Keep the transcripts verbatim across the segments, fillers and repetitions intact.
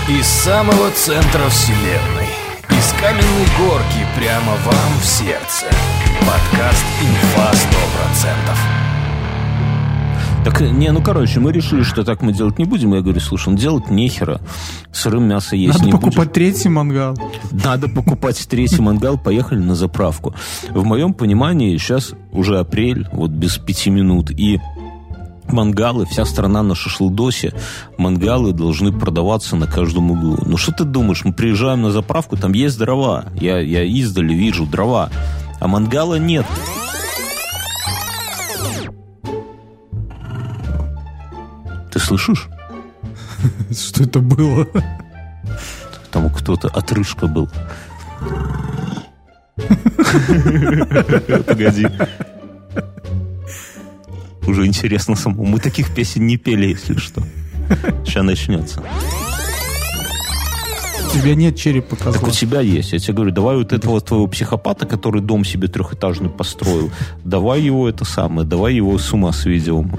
Из самого центра вселенной, из каменной горки прямо вам в сердце. Подкаст «Инфа сто процентов». Так, не, ну, короче, мы решили, что так мы делать не будем. Я говорю, слушай, ну, делать нехера. Сырым мясо есть Надо не будешь. Надо покупать третий мангал. Надо покупать третий мангал. Поехали на заправку. В моем понимании сейчас уже апрель, вот без пяти минут, и мангалы, вся страна на шашлыдосе, мангалы должны продаваться на каждом углу. Ну, что ты думаешь, мы приезжаем на заправку, там есть дрова. Я, я издали вижу дрова, а мангала нет. Ты слышишь? Что это было? Там кто-то, отрыжка был. Погоди. Уже интересно самому. Мы таких песен не пели, если что. Сейчас начнется. У тебя нет черепа козла. Так у тебя есть. Я тебе говорю, давай вот этого твоего психопата, который дом себе трехэтажный построил, давай его это самое, давай его с ума сведем.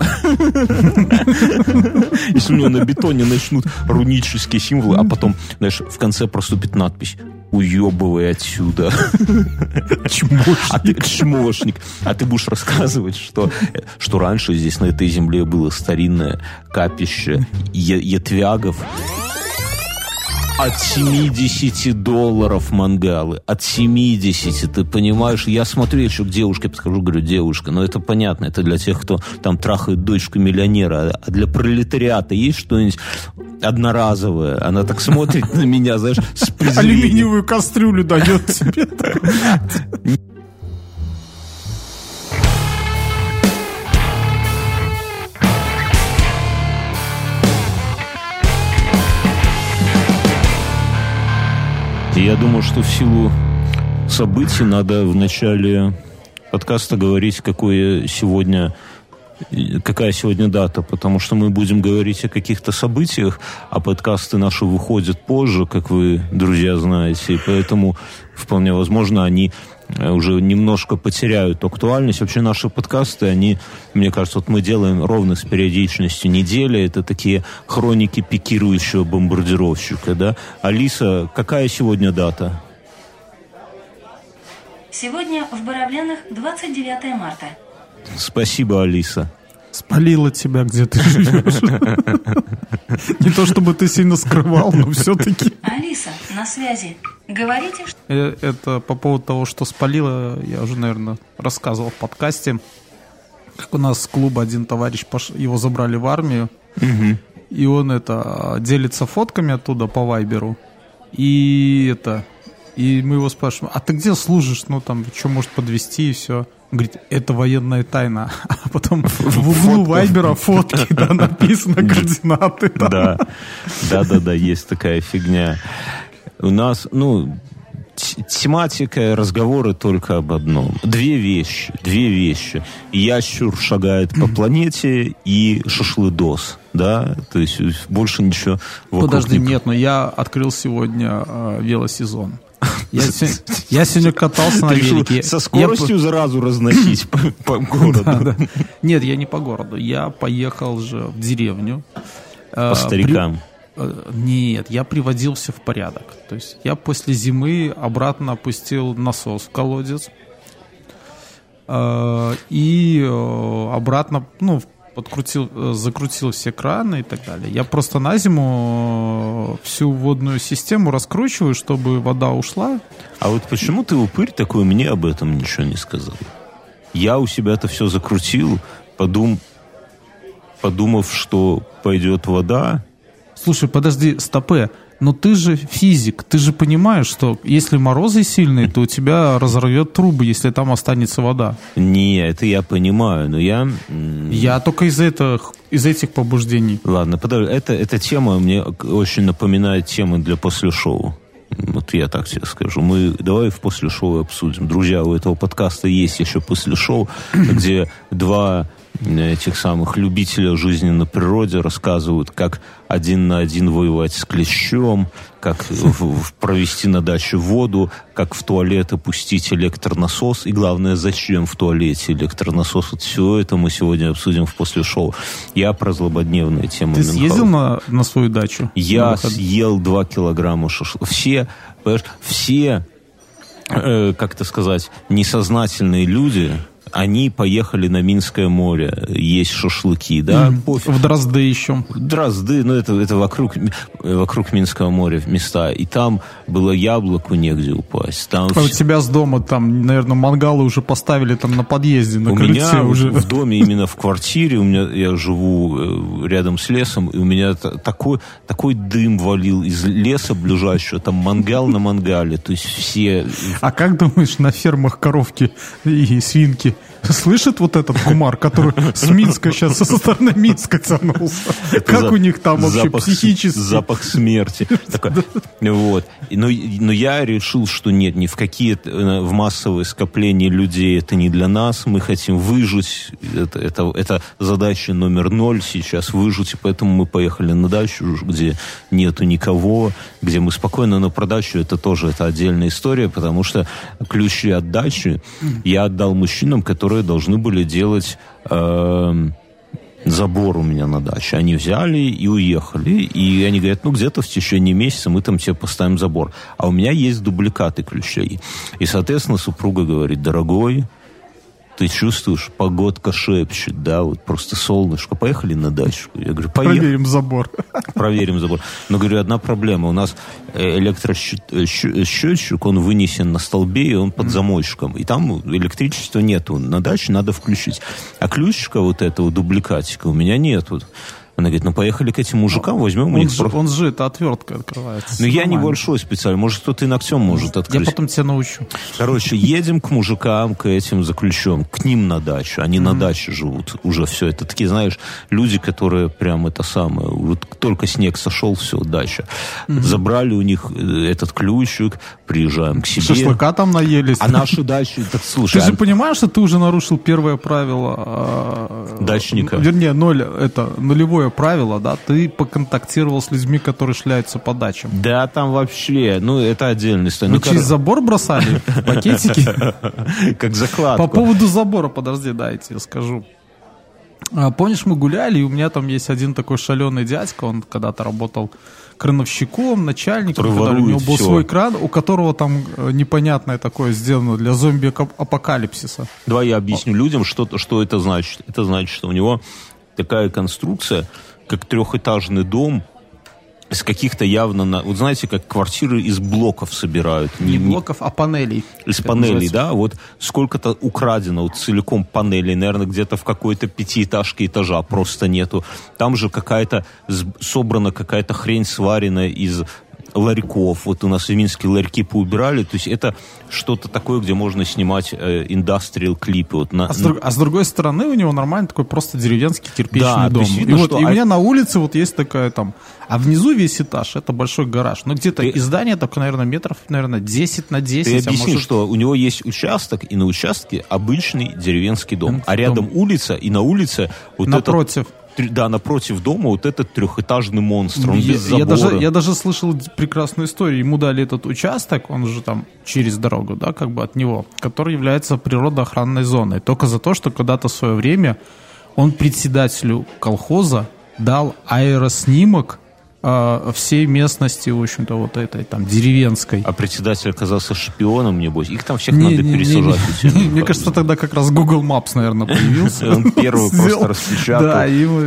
Если у него на бетоне начнут рунические символы, а потом, знаешь, в конце проступит надпись: уебывай отсюда. Чмошник. А ты чмошник. А ты будешь рассказывать, что, что раньше здесь на этой земле было старинное капище ятвягов. От семидесяти долларов мангалы. От семидесяти, ты понимаешь? Я смотрю еще к девушке, подхожу, говорю, девушка, ну это понятно, это для тех, кто там трахает дочку миллионера. А для пролетариата есть что-нибудь одноразовое? Она так смотрит на меня, знаешь, с презрением. Алюминиевую кастрюлю дает тебе. Я думаю, что в силу событий надо в начале подкаста говорить, какое сегодня, какая сегодня дата, потому что мы будем говорить о каких-то событиях, а подкасты наши выходят позже, как вы, друзья, знаете, и поэтому вполне возможно они уже немножко потеряют актуальность. Вообще наши подкасты, они, мне кажется, вот мы делаем ровно с периодичностью недели. Это такие хроники пикирующего бомбардировщика, да? Алиса, какая сегодня дата? Сегодня в Боровлянах двадцать девятое марта. Спасибо, Алиса. Спалила тебя, где ты живешь. Не то чтобы ты сильно скрывал, но все-таки. Алиса, на связи. Говорите, что... Это по поводу того, что спалила, я уже, наверное, рассказывал в подкасте. Как у нас с клуба один товарищ, его забрали в армию, угу. И он это делится фотками оттуда по вайберу. И это... И мы его спрашиваем, а ты где служишь? Ну, там, что может подвести и все. Он говорит, это военная тайна. А потом в углу вайбера фотки, да, написано координаты. Да, да, да, да, есть такая фигня. У нас, ну, тематика, разговоры только об одном. Две вещи, две вещи. Ящур шагает по планете и шашлыдос, да, то есть больше ничего вокруг. Подожди, не... нет, но я открыл сегодня э, велосезон. Я, я сегодня катался на велике. Со скоростью я... сразу разносить по, по городу. Да, да. Нет, я не по городу. Я поехал же в деревню. По старикам. При... Нет, я приводил все в порядок. То есть я после зимы обратно опустил насос в колодец. И обратно, ну, подкрутил, закрутил все краны и так далее. Я просто на зиму всю водную систему раскручиваю, чтобы вода ушла. А вот почему ты, упырь такой, мне об этом ничего не сказал? Я у себя это все закрутил, подум... подумав, что пойдет вода. Слушай, подожди, стопэ. Но ты же физик, ты же понимаешь, что если морозы сильные, то у тебя разорвет трубы, если там останется вода. Не, это я понимаю, но я... Я только из этих, из этих побуждений. Ладно, подожди, это, эта тема мне очень напоминает темы для после-шоу. Вот я так тебе скажу. Мы давай в после-шоу обсудим. Друзья, у этого подкаста есть еще после-шоу, где два этих самых любителей жизни на природе рассказывают, как один на один воевать с клещом, как в, в провести на даче воду, как в туалет опустить электронасос, и главное, зачем в туалете электронасос. Вот все это мы сегодня обсудим в после шоу. Я про злободневные темы. Ты съездил на, на свою дачу? Я съел два килограмма шашлыка. Все, все, э, как это сказать, несознательные люди... Они поехали на Минское море есть шашлыки, да? Mm, в Дрозды еще. Дрозды, ну это, это вокруг, вокруг Минского моря места. И там было яблоку негде упасть. Там а у тебя с дома там, наверное, мангалы уже поставили там на подъезде, на у крыльце меня уже. В доме, именно в квартире, у меня, я живу рядом с лесом, и у меня такой, такой дым валил из леса ближайшего, там мангал на мангале, то есть все... А как думаешь, на фермах коровки и свинки слышит вот этот кумар, который с Минска сейчас, со стороны Минска тянулся? Это как за... у них там вообще запах, психически? Запах смерти. Вот. Но, но я решил, что нет, ни в какие в массовые скопления людей это не для нас. Мы хотим выжить. Это, это, это задача номер ноль сейчас, выжить. И поэтому мы поехали на дачу, где нету никого, где мы спокойно на продачу. Это тоже это отдельная история, потому что ключи от дачи я отдал мужчинам, которые должны были делать э, забор у меня на даче. Они взяли и уехали. И они говорят, ну, где-то в течение месяца мы там тебе поставим забор. А у меня есть дубликаты ключей. И, соответственно, супруга говорит, дорогой, ты чувствуешь, погодка шепчет, да, вот просто солнышко. Поехали на дачу. Я говорю, поехали. Проверим забор. Проверим забор. Но, говорю, одна проблема. У нас электросчетчик, он вынесен на столбе, и он под замочком. И там электричества нету. На даче надо включить. А ключика вот этого дубликатика у меня нету. Она говорит, ну поехали к этим мужикам, возьмем он у них... Же, он же, это отвертка открывается. Ну я небольшой специально, может кто-то и ногтем может открыть. Я потом тебя научу. Короче, едем к мужикам, к этим за ключом, к ним на дачу. Они mm-hmm. на даче живут уже все. Это такие, знаешь, люди, которые прям это самое, вот только снег сошел, все, дача. Mm-hmm. Забрали у них этот ключик, приезжаем к себе. Шашлыка там наелись. А наши дачи, так слушай... Ты же а... понимаешь, что ты уже нарушил первое правило... Дачника. Вернее, ноль, это нулевое правило, да, ты поконтактировал с людьми, которые шляются по дачам. Да, там вообще, ну, это отдельная история. Вы ну, через кор... забор бросали пакетики? Как закладку. По поводу забора, подожди, да, я тебе скажу. Помнишь, мы гуляли, и у меня там есть один такой шаленый дядька, он когда-то работал крановщиком, начальником, который который у него был все. Свой кран, у которого там непонятное такое сделано для зомби-апокалипсиса. Давай я объясню людям, что, что это значит. Это значит, что у него такая конструкция, как трехэтажный дом, из каких-то явно... На... Вот знаете, как квартиры из блоков собирают. Не, не блоков, а панелей. Из панелей, да. Вот сколько-то украдено, вот целиком панелей. Наверное, где-то в какой-то пятиэтажке этажа просто нету. Там же какая-то... Собрана какая-то хрень, сваренная из... ларьков. Вот у нас в Минске ларьки поубирали. То есть это что-то такое, где можно снимать э, индастриал клипы. Вот на... а, с друг... а с другой стороны у него нормальный такой просто деревенский кирпичный да, дом. видно, и вот что... и у меня на улице вот есть такая там... А внизу весь этаж, это большой гараж. Ну, где-то Ты... из здания только, наверное, метров, наверное, десять на десять. Ты объясни, а может... что у него есть участок, и на участке обычный деревенский дом. дом. А рядом улица, и на улице... Вот напротив. Это... Да, напротив дома вот этот трехэтажный монстр, он я, без забора. Я даже, я даже слышал прекрасную историю. Ему дали этот участок, он же там через дорогу, да, как бы от него, который является природоохранной зоной. Только за то, что когда-то в свое время он председателю колхоза дал аэроснимок э, всей местности, в общем-то, вот этой там деревенской. А председатель оказался шпионом, небось? Их там всех не, надо не, пересажать. Не, не, не, мне кажется, тогда как раз Google Maps, наверное, появился. Он первый просто распечатал. Да,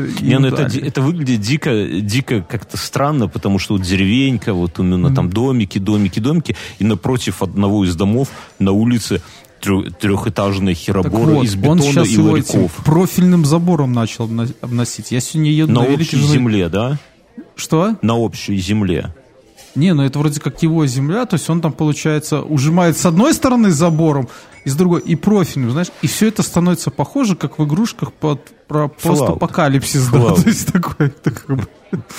это выглядит дико, дико как-то странно, потому что вот деревенька, вот именно там домики, домики, домики, и напротив одного из домов на улице трехэтажные хероборы вот, из бетона и ларьков. Профильным забором начал обносить. Я сегодня еду на, на общей великий... земле, да? Что? На общей земле. Не, ну это вроде как его земля, то есть он там, получается, ужимает с одной стороны забором, и с другой, и профильным, знаешь, и все это становится похоже, как в игрушках под про постапокалипсис, да, то есть такое, это как бы...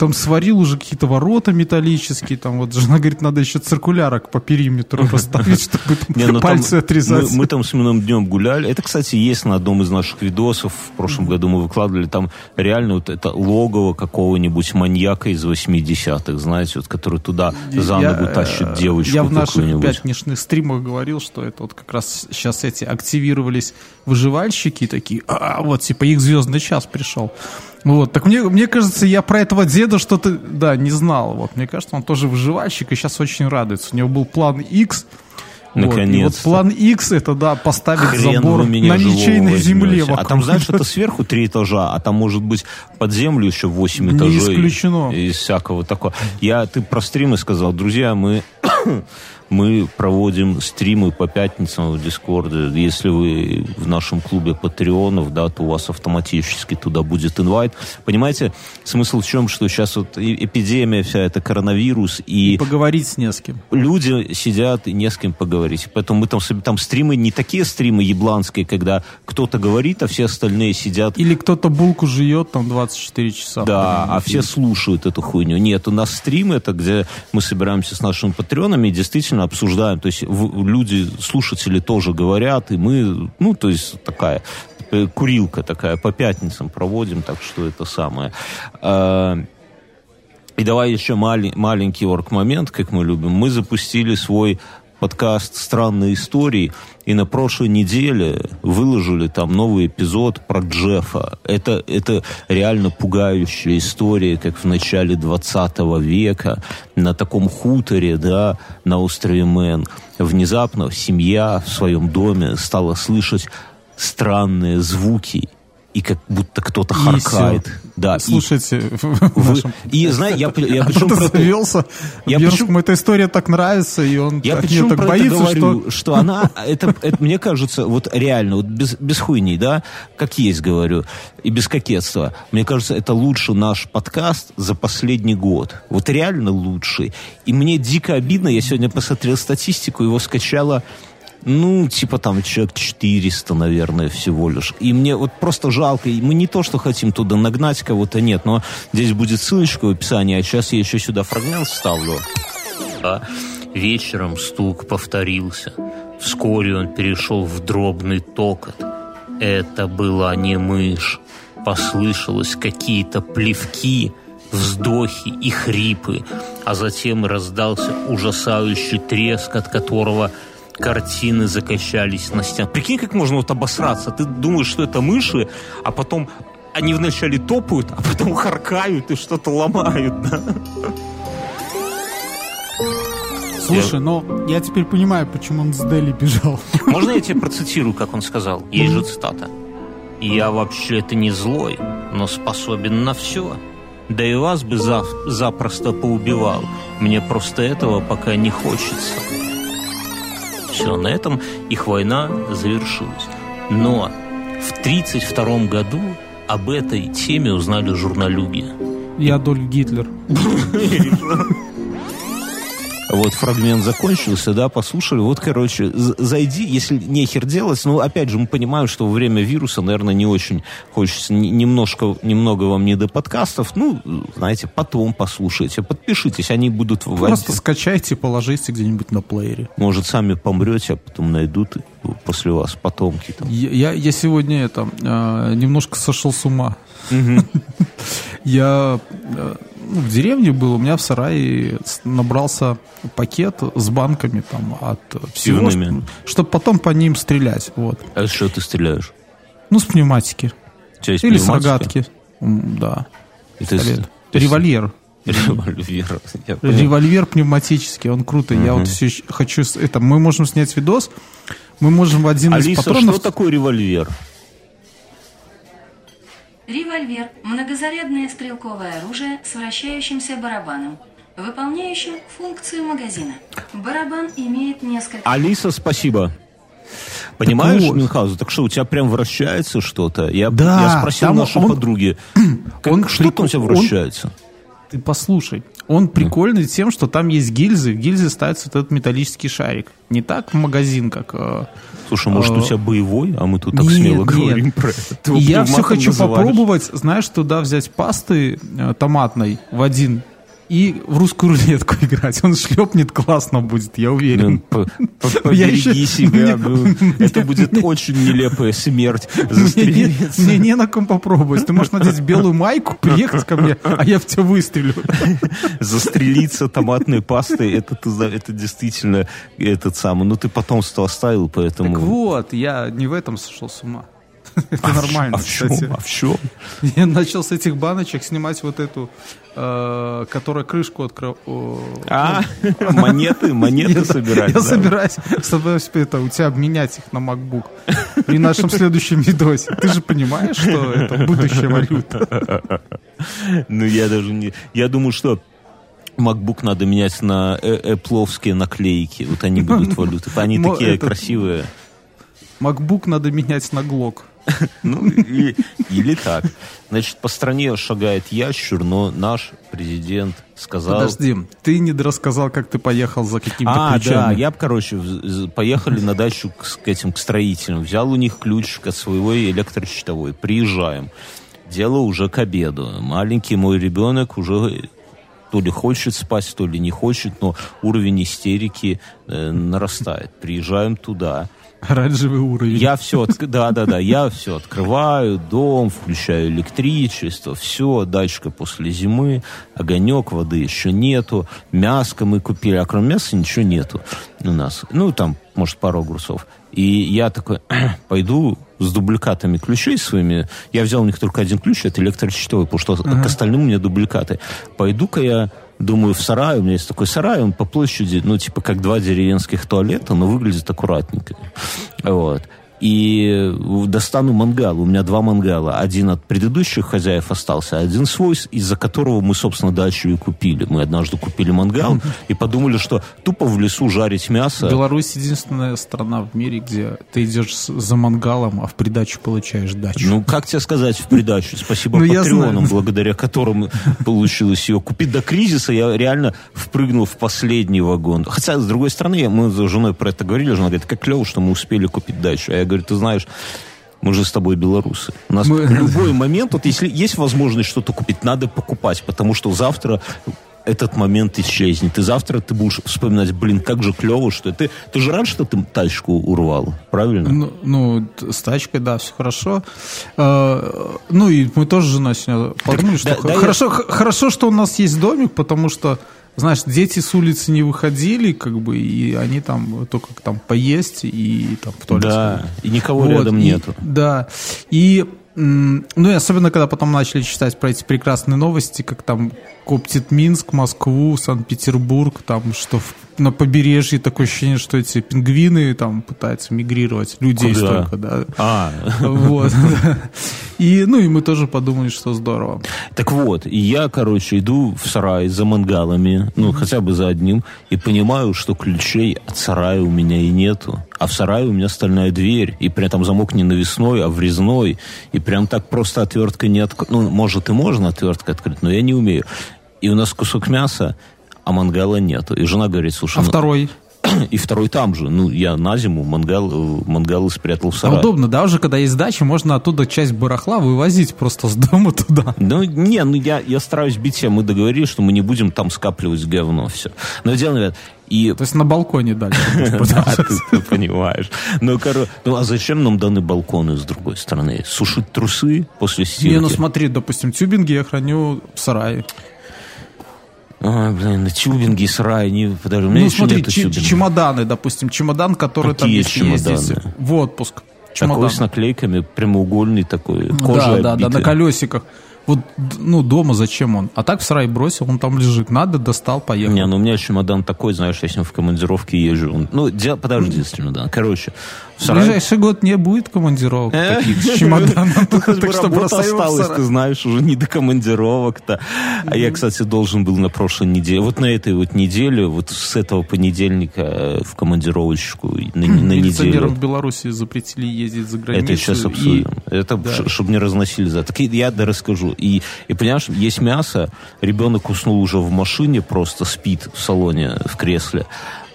там сварил уже какие-то ворота металлические, там вот жена говорит, надо еще циркулярок по периметру расставить, чтобы Не, ну пальцы там отрезать. Мы, мы там с минулым днем гуляли. Это, кстати, есть на одном из наших видосов. В прошлом году мы выкладывали там реально вот это логово какого-нибудь маньяка из восьмидесятых, знаете, вот, который туда за Я, ногу тащит девочку Я в наших какую-нибудь. пятничных стримах говорил, что это вот как раз сейчас эти активировались выживальщики такие, а вот типа их звездный час пришел. Вот, так мне, мне кажется, я про этого деда что-то, да, не знал. Вот, мне кажется, он тоже выживальщик и сейчас очень радуется. У него был план X. Наконец-то. Вот, и вот план X это, да, поставить Хрен забор вы меня на ничейной живого земле. возьмете. А там, знаешь, это сверху три этажа, а там может быть под землю еще восемь Не этажей. исключено. Из всякого такого. Я, ты про стримы сказал. Друзья, мы... Мы проводим стримы по пятницам в Дискорде. Если вы в нашем клубе патреонов, да, то у вас автоматически туда будет инвайт. Понимаете, смысл в чем, что сейчас вот эпидемия вся, это коронавирус, и... И поговорить с не с кем. Люди сидят и не с кем поговорить. Поэтому мы там, там стримы, не такие стримы ебланские, когда кто-то говорит, а все остальные сидят... Или кто-то булку жует там двадцать четыре часа. Да, а все слушают эту хуйню. Нет, у нас стримы, это где мы собираемся с нашими патреонами и действительно обсуждаем. То есть в, люди, слушатели тоже говорят, и мы, ну, то есть такая курилка такая по пятницам проводим, так что это самое. И давай еще малень, маленький орг-момент, как мы любим. Мы запустили свой подкаст «Странные истории», и на прошлой неделе выложили там новый эпизод про Джеффа. Это, это реально пугающая история, как в начале двадцатого века на таком хуторе, да, на острове Мэн. Внезапно семья в своем доме стала слышать странные звуки, и как будто кто-то харкает. Да, слушайте, и, в нашем... и знаете, я, я, я почему про завелся, я Бернскому эта история так нравится, и он я так, почему так про боится, это говорю, что... что она, это, это, мне кажется, вот реально, вот без, без хуйни, да, как есть говорю, и без кокетства, мне кажется, это лучший наш подкаст за последний год. Вот реально лучший. И мне дико обидно, я сегодня посмотрел статистику, его скачало... Ну, типа там человек четыреста, наверное, всего лишь. И мне вот просто жалко. И мы не то, что хотим туда нагнать кого-то, нет. Но здесь будет ссылочка в описании, а сейчас я еще сюда фрагмент вставлю. А вечером стук повторился. Вскоре он перешел в дробный токот. Это была не мышь. Послышалось какие-то плевки, вздохи и хрипы. А затем раздался ужасающий треск, от которого... картины закачались на стенах. Прикинь, как можно вот обосраться. Ты думаешь, что это мыши, а потом они вначале топают, а потом харкают и что-то ломают, да? Слушай, но я теперь понимаю, почему он с Дели бежал. Можно я тебе процитирую, как он сказал? Есть же цитата. «Я вообще-то не злой, но способен на все. Да и вас бы зав- запросто поубивал. Мне просто этого пока не хочется». Все, на этом их война завершилась. Но в тридцать втором году об этой теме узнали журналюги. И Адольф Гитлер. Вот фрагмент закончился, да, послушали. Вот, короче, зайди, если нехер делать. Ну, опять же, мы понимаем, что во время вируса, наверное, не очень хочется немножко, немного вам не до подкастов. Ну, знаете, потом послушайте, подпишитесь, они будут... Просто в... скачайте, положите где-нибудь на плеере. Может, сами помрете, а потом найдут после вас потомки. Там. Я, я сегодня это, э, немножко сошел с ума. Я... Ну, в деревне был, у меня в сарае набрался пакет с банками там от всего, чтобы потом по ним стрелять. Вот. А что ты стреляешь? Ну, с пневматики. Или с рогатки. Да. Это револьвер. Револьвер. Револьвер пневматический, он крутой. Я вот все хочу... Это, мы можем снять видос, мы можем в один из патронов... Алиса, что такое револьвер? Револьвер – многозарядное стрелковое оружие с вращающимся барабаном, выполняющим функцию магазина. Барабан имеет несколько... Алиса, спасибо. Понимаешь, так вот. Мюнхгаузен, так что у тебя прям вращается что-то? Я, да, я спросил нашей он, подруги, как, он, что там у тебя вращается? Ты послушай. Он прикольный тем, что там есть гильзы. В гильзе ставится вот этот металлический шарик. Не так в магазин, как... Слушай, может, э, у тебя боевой, а мы тут так нет, смело нет. говорим про это. Ты его Я все пневматом хочу называешь. попробовать, знаешь, туда взять пасты э, томатной в один и в русскую рулетку играть. Он шлепнет, классно будет, я уверен. Ну, по- по- Я Побереги еще- себя. мне- ну, Это будет очень нелепая смерть. Мне не, Застрелиться. мне не на ком попробовать. Ты можешь надеть белую майку, приехать ко мне, а я в тебя выстрелю. Застрелиться томатной пастой, это, ты за- это действительно этот самый. Ну, ты потомство оставил, поэтому... Так вот, я не в этом сошел с ума. Это нормально, А в чем? кстати. А в чем? Я начал с этих баночек снимать вот эту, э, которая крышку открыла. А, монеты, монеты собирать. Я да? собираюсь, собираюсь это, у тебя обменять их на MacBook при нашем следующем видосе. Ты же понимаешь, что это будущая валюта? Ну, я даже не... Я думаю, что MacBook надо менять на Apple-овские наклейки. Вот они будут валюты. Они Но такие это- красивые. MacBook надо менять на Glock. Ну, и- или так. Значит, по стране шагает ящур, но наш президент сказал... Подожди, ты не рассказал, как ты поехал за какими-то А, ключами. да, я, короче, в- з- поехали на дачу к, с- к этим, к строителям. Взял у них ключ от своего электрощитовой. Приезжаем. Дело уже к обеду. Маленький мой ребенок уже то ли хочет спать, то ли не хочет, но уровень истерики э, нарастает. Приезжаем туда. Оранжевый уровень. Я все, да, да, да, я все открываю, дом, включаю электричество, все, дачка после зимы, огонек, воды еще нету, мяско мы купили, а кроме мяса ничего нету у нас. Ну, там, может, пару огурцов. И я такой, пойду с дубликатами ключей своими. Я взял у них только один ключ, это электрощитовый, потому что uh-huh. к остальным у меня дубликаты. Пойду-ка я, думаю, в сарай. У меня есть такой сарай, он по площади, ну, типа, как два деревенских туалета, но выглядит аккуратненько. Вот. И достану мангал. У меня два мангала. Один от предыдущих хозяев остался, один свой, из-за которого мы, собственно, дачу и купили. Мы однажды купили мангал и подумали, что тупо в лесу жарить мясо. Беларусь единственная страна в мире, где ты идешь за мангалом, а в придачу получаешь дачу. Ну, как тебе сказать в придачу? Спасибо Ну, я патреонам, знаю. благодаря которым получилось ее купить. До кризиса я реально впрыгнул в последний вагон. Хотя, с другой стороны, мы с женой про это говорили. Жена говорит, как клево, что мы успели купить дачу. А я говорю, ты знаешь, мы же с тобой белорусы. У нас Мы- в любой момент, вот если есть возможность что-то купить, надо покупать, потому что завтра этот момент исчезнет. И завтра ты будешь вспоминать, блин, как же клево, что ты... Ты же рад, что ты тачку урвал, правильно? Ну, ну, т- с тачкой, да, все хорошо. Э, Ну, и мы тоже с женой сегодня подумали, что да- х- да, хорошо, х- хорошо, что у нас есть домик, потому что, знаешь, дети с улицы не выходили, как бы, и они там только там поесть и там в туалет Да, сходить. и никого Вот, рядом и- нету. Да, и м, ну и особенно, когда потом начали читать про эти прекрасные новости, как там коптит Минск, Москву, Санкт-Петербург, там, что в- на побережье такое ощущение, что эти пингвины там пытаются мигрировать, людей Куда? столько, да. А, Вот. да. И, ну, и мы тоже подумали, что здорово. так вот, и я, короче, иду в сарай за мангалами, ну, хотя бы за одним, и понимаю, что ключей от сарая у меня и нету. А в сарае у меня стальная дверь, и при этом замок не навесной, а врезной, и прям так просто отверткой не открыть. Ну, может, и можно отверткой открыть, но я не умею. И у нас кусок мяса, а мангала нету. И жена говорит, слушай, А ну- второй? и второй там же. Ну, я на зиму мангал, мангалы спрятал в А сарай. удобно, да, уже когда есть дача, можно оттуда часть барахла вывозить просто с дома туда. Ну, не, ну я, я стараюсь бить себя. Мы договорились, что мы не будем там скапливать говно, все. Но дело, ребят, и... То есть на балконе дальше. Да, ты, ты понимаешь. Ну, коро... ну, а зачем нам даны балконы, с другой стороны? Сушить трусы после стирки? Не, ну смотри, допустим, тюбинги я храню в сарае. Ой, блин, на тюбинги, сарай, не... Подожди, у меня Ну еще смотри, нету ч- тюбинга. чемоданы, допустим, чемодан, который там, Какие если ездить чемоданы? в отпуск. Чемодан. Такой с наклейками, прямоугольный такой, Да, кожа да, да, оббитая. на колесиках. Вот, д- ну, дома зачем он? А так в сарай бросил, он там лежит. Надо, достал, поехал. Не, ну у меня чемодан такой, знаешь, я с ним в командировке езжу. Он- Ну, де- подожди с чемоданом. Короче, В ближайший год не будет командировок таких с чемоданом. Так что работа осталась, ты знаешь, уже не до командировок-то. А я, кстати, должен был на прошлой неделе, вот на этой вот неделе, вот с этого понедельника в командировочку на неделю. Милиционерам в Беларуси запретили ездить за границу. Это сейчас обсудим. Это чтобы не разносили за. Так я да расскажу. И понимаешь, есть мясо, ребенок уснул уже в машине, просто спит в салоне, в кресле.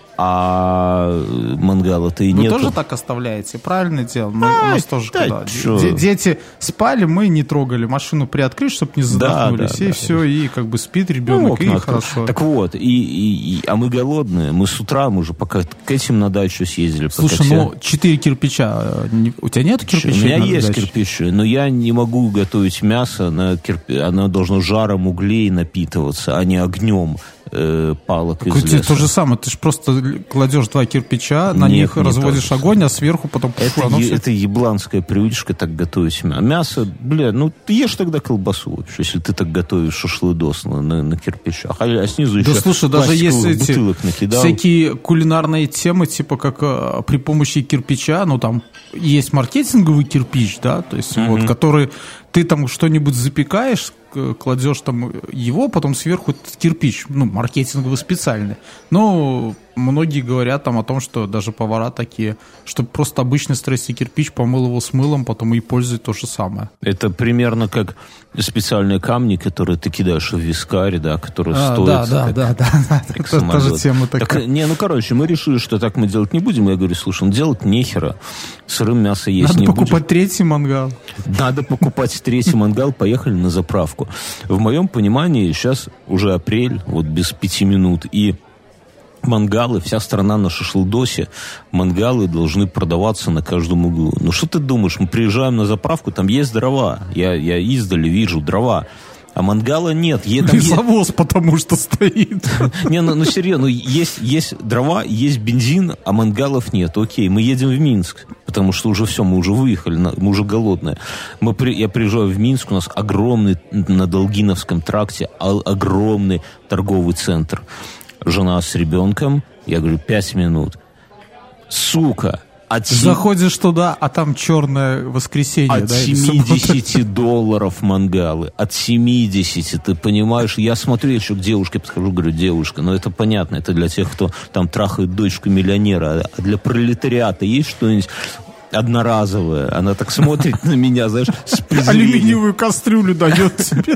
А мангала-то и нет. Вы тоже так оставляете? Правильно дело. Мы, а, у нас тоже, да, когда де- дети спали, мы не трогали. Машину приоткрыть, чтобы не задохнулись. Да, да, и да, все, да. И как бы спит ребенок, ну, и хорошо. Так вот, и, и, и, а мы голодные. Мы с утра, мы уже пока к этим на дачу съездили. Слушай, все... ну, четыре кирпича. У тебя нет кирпичей? У меня есть даче? кирпичи, но я не могу готовить мясо. На кирпи... Оно должно жаром углей напитываться, а не огнем. Палок из леса. То же самое, ты же просто кладешь два кирпича, на Нет, них разводишь так. огонь, а сверху потом... Это, оно е- все... это ебланская привычка так готовить мясо. Мясо, бля, ну ты ешь тогда колбасу вообще, если ты так готовишь шашлыдос на, на, на кирпичах. А, а снизу да еще слушай, даже есть эти накидал. всякие кулинарные темы, типа как а, при помощи кирпича, ну там есть маркетинговый кирпич, да, то есть mm-hmm. вот, который ты там что-нибудь запекаешь, кладешь там его, потом сверху кирпич, ну, маркетинговый специальный. Но многие говорят там о том, что даже повара такие, что просто обычный строительный кирпич помыл его с мылом, потом и пользуют то же самое. Это примерно как специальные камни, которые ты кидаешь в вискарь, да, которые а, стоят. Да, как, да, да, да, да. Это та же тема такая. Так, не, ну, короче, мы решили, что так мы делать не будем. Я говорю, слушай, ну, делать нехера. Сырым мясо есть Надо не покупать будем. третий мангал. Надо покупать третий мангал, поехали на заправку. В моем понимании сейчас уже апрель, вот без пяти минут, и мангалы, вся страна на шашлдосе, мангалы должны продаваться на каждом углу. Ну что ты думаешь, мы приезжаем на заправку, там есть дрова, я, я издали вижу дрова, а мангала нет. И завоз потому что стоит. Не, ну, ну серьезно, ну, есть, есть дрова, есть бензин, а мангалов нет. Окей, мы едем в Минск, потому что уже все, мы уже выехали, мы уже голодные. Мы при, я приезжаю в Минск, у нас огромный на Долгиновском тракте огромный торговый центр. Жена с ребенком, я говорю, пять минут. Сука! От Заходишь сем... туда, а там черное воскресенье. От да, семидесяти долларов мангалы. От семидесяти, ты понимаешь? Я смотрю, еще к девушке подхожу, говорю, девушка, ну это понятно, это для тех, кто там трахает дочку миллионера. А для пролетариата есть что-нибудь одноразовое? Она так смотрит на меня, знаешь, с презрением. Алюминиевую кастрюлю дает тебе.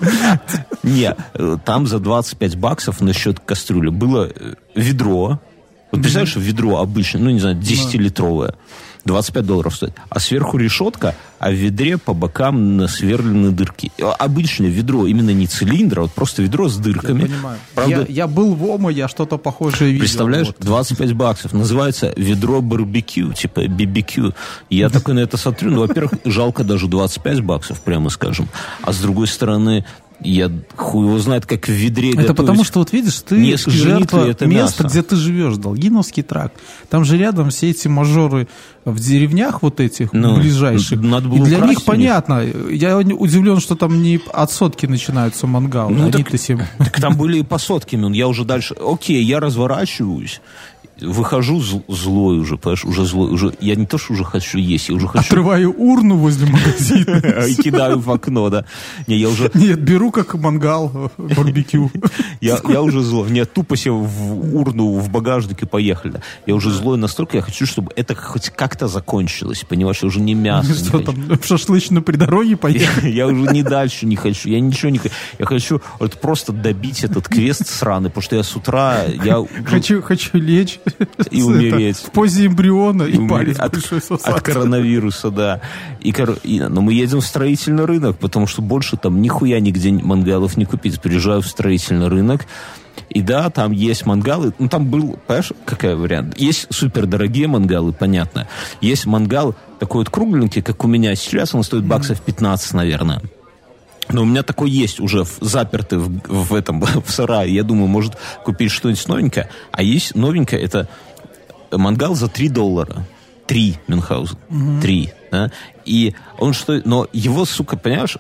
Не, там за двадцать пять баксов насчет кастрюли было ведро. Вот представляешь, mm-hmm. ведро обычное, ну, не знаю, десятилитровое, двадцать пять долларов стоит. А сверху решетка, а в ведре по бокам насверлены дырки. Обычное ведро, именно не цилиндр, а вот просто ведро с дырками. Я понимаю. Правда, я, я был в Омо, я что-то похожее видел. Представляешь, вот. двадцать пять баксов. Называется ведро барбекю, типа би би кью. Я такой на это смотрю, ну, во-первых, жалко даже двадцать пять баксов, прямо скажем. А с другой стороны... Я хуй его знает, как в ведре это готовить. Это потому, что вот видишь, ты жертва места, мясо. Где ты живешь, Долгиновский тракт. Там же рядом все эти мажоры в деревнях вот этих, ну, ближайших. Надо было и для них понятно. Я удивлен, что там не от сотки начинаются мангалы. Ну, так, всем... так там были и по сотке. Я уже дальше... Окей, я разворачиваюсь. Выхожу злой уже, понимаешь, уже злой, уже, я не то, что уже хочу есть, я уже хочу... Отрываю урну возле магазина. И кидаю в окно, да. Не, я уже... Нет, беру как мангал, барбекю. Я, я уже злой. Нет, тупо себе в урну, в багажник и поехали. Я уже злой настолько, я хочу, чтобы это хоть как-то закончилось, понимаешь, я уже не мясо. Что там, в шашлычную при дороге поехали? Я уже не дальше не хочу, я ничего не хочу. Я хочу вот просто добить этот квест сраный, потому что я с утра... Хочу, хочу лечь. И умереть. В позе эмбриона и, и палец от, большой сосаться. От коронавируса, да. И, и, но мы едем в строительный рынок, потому что больше там нихуя нигде мангалов не купить. Приезжаю в строительный рынок, и да, там есть мангалы. Ну, там был, понимаешь, какой вариант? Есть супердорогие мангалы, понятно. Есть мангал такой вот кругленький, как у меня сейчас, он стоит баксов пятнадцать, наверное. Но у меня такой есть уже в, запертый в, в этом в сарае. Я думаю, может купить что-нибудь новенькое. А есть новенькое, это мангал за три доллара. Три, Мюнхгаузен. Mm-hmm. Три. Да? И он что... Но его, сука, понимаешь,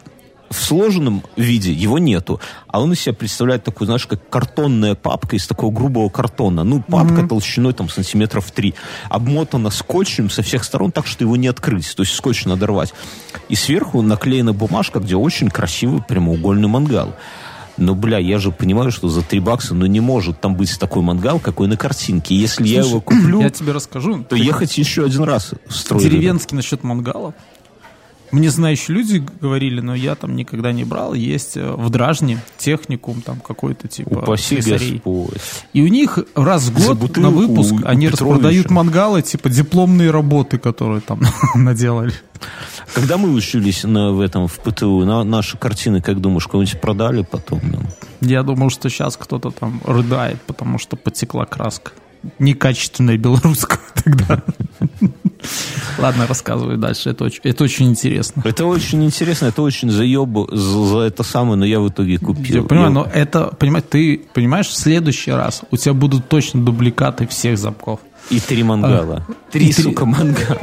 в сложенном виде его нету. А он из себя представляет такую, знаешь, как картонная папка из такого грубого картона. Ну, папка mm-hmm. толщиной там сантиметров три. Обмотана скотчем со всех сторон так, что его не открыть. То есть скотч надо рвать. И сверху наклеена бумажка, где очень красивый прямоугольный мангал. Но, бля, я же понимаю, что за три бакса, ну, не может там быть такой мангал, какой на картинке. Если Слушай, я его куплю, я тебе расскажу, то ехать еще один раз строить. Деревенский насчет мангала. Мне знающие люди говорили, но я там никогда не брал. Есть в Дражне техникум там какой-то типа Упаси слесарей. Господь. И у них раз в год на выпуск у, они у распродают мангалы, типа дипломные работы, которые там наделали. Когда мы учились на, в этом, в ПТУ, на, наши картины, как думаешь, кого-нибудь продали потом? Ну? Я думал, что сейчас кто-то там рыдает, потому что потекла краска. Некачественная белорусская тогда. Ладно, рассказывай дальше. Это очень, это очень интересно. Это очень интересно, это очень заебу за, за это самое, но я в итоге купил. Я понимаю, я... но это, понимаешь, ты понимаешь, в следующий раз у тебя будут точно дубликаты всех замков. И три мангала. А, три, сука, три... мангала.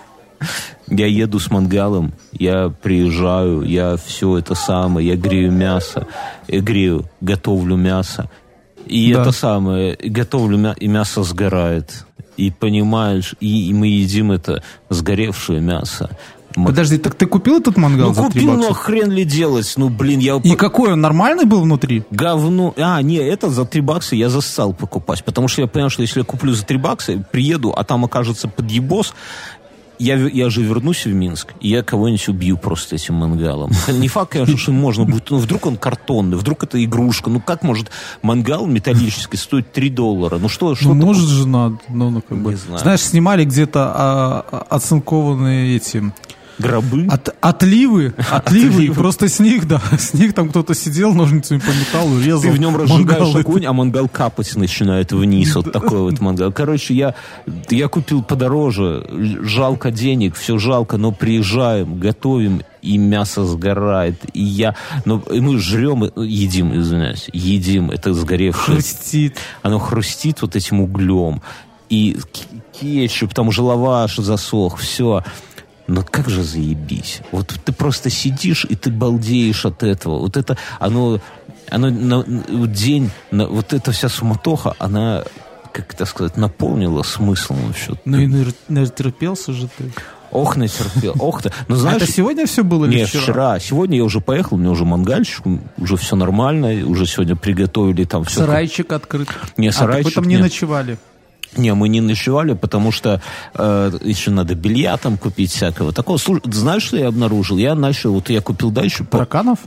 Я еду с мангалом, я приезжаю, я все это самое, я грею мясо, я грею, готовлю мясо. И да. это самое, готовлю мясо, и мясо сгорает. И понимаешь, и, и мы едим это сгоревшее мясо. Подожди, так ты купил этот мангал ну, за три бакса? Ну, купил, но хрен ли делать? Ну, блин, я... И какой он, нормальный был внутри? Говно. А, не, это за три бакса я зассал покупать. Потому что я понял, что если я куплю за три бакса, приеду, а там окажется подъебос, Я, я же вернусь в Минск, и я кого-нибудь убью просто этим мангалом. Не факт, конечно, что можно будет. Ну, вдруг он картонный, вдруг это игрушка. Ну, как может мангал металлический стоить три доллара? Ну, что, что ну может же надо. Ну, ну, как бы. знаю. Знаешь, снимали где-то а, оцинкованные эти... Гробы? От, отливы, отливы, и просто с них, да, с них там кто-то сидел, ножницами по металлу резал. Ты в нем разжигаешь огонь, а мангал капать начинает вниз, вот такой вот мангал. Короче, я, я купил подороже, жалко денег, все жалко, но приезжаем, готовим, и мясо сгорает, и я, ну, и мы жрем, едим, извиняюсь, едим, это сгоревшее. Хрустит. Оно хрустит вот этим углем, и кетчуп, там уже лаваш засох, все. Но как же заебись. Вот ты просто сидишь, и ты балдеешь от этого. Вот это, оно, оно на, день, на, вот эта вся суматоха, она, как это сказать, наполнила смыслом вообще. Ну и натерпелся же ты. Ох, натерпел, ох ты. Но, знаешь, а это сегодня все было или нет, вчера? вчера. Сегодня я уже поехал, у меня уже мангальчик, уже все нормально, уже сегодня приготовили там все. Сарайчик открыт. Не, сарайчик. А, так вы там не нет. ночевали? Не, мы не ночевали, потому что э, еще надо белья там купить всякого такого. Слушай, знаешь, что я обнаружил? Я начал, вот я купил дальше... Тараканов?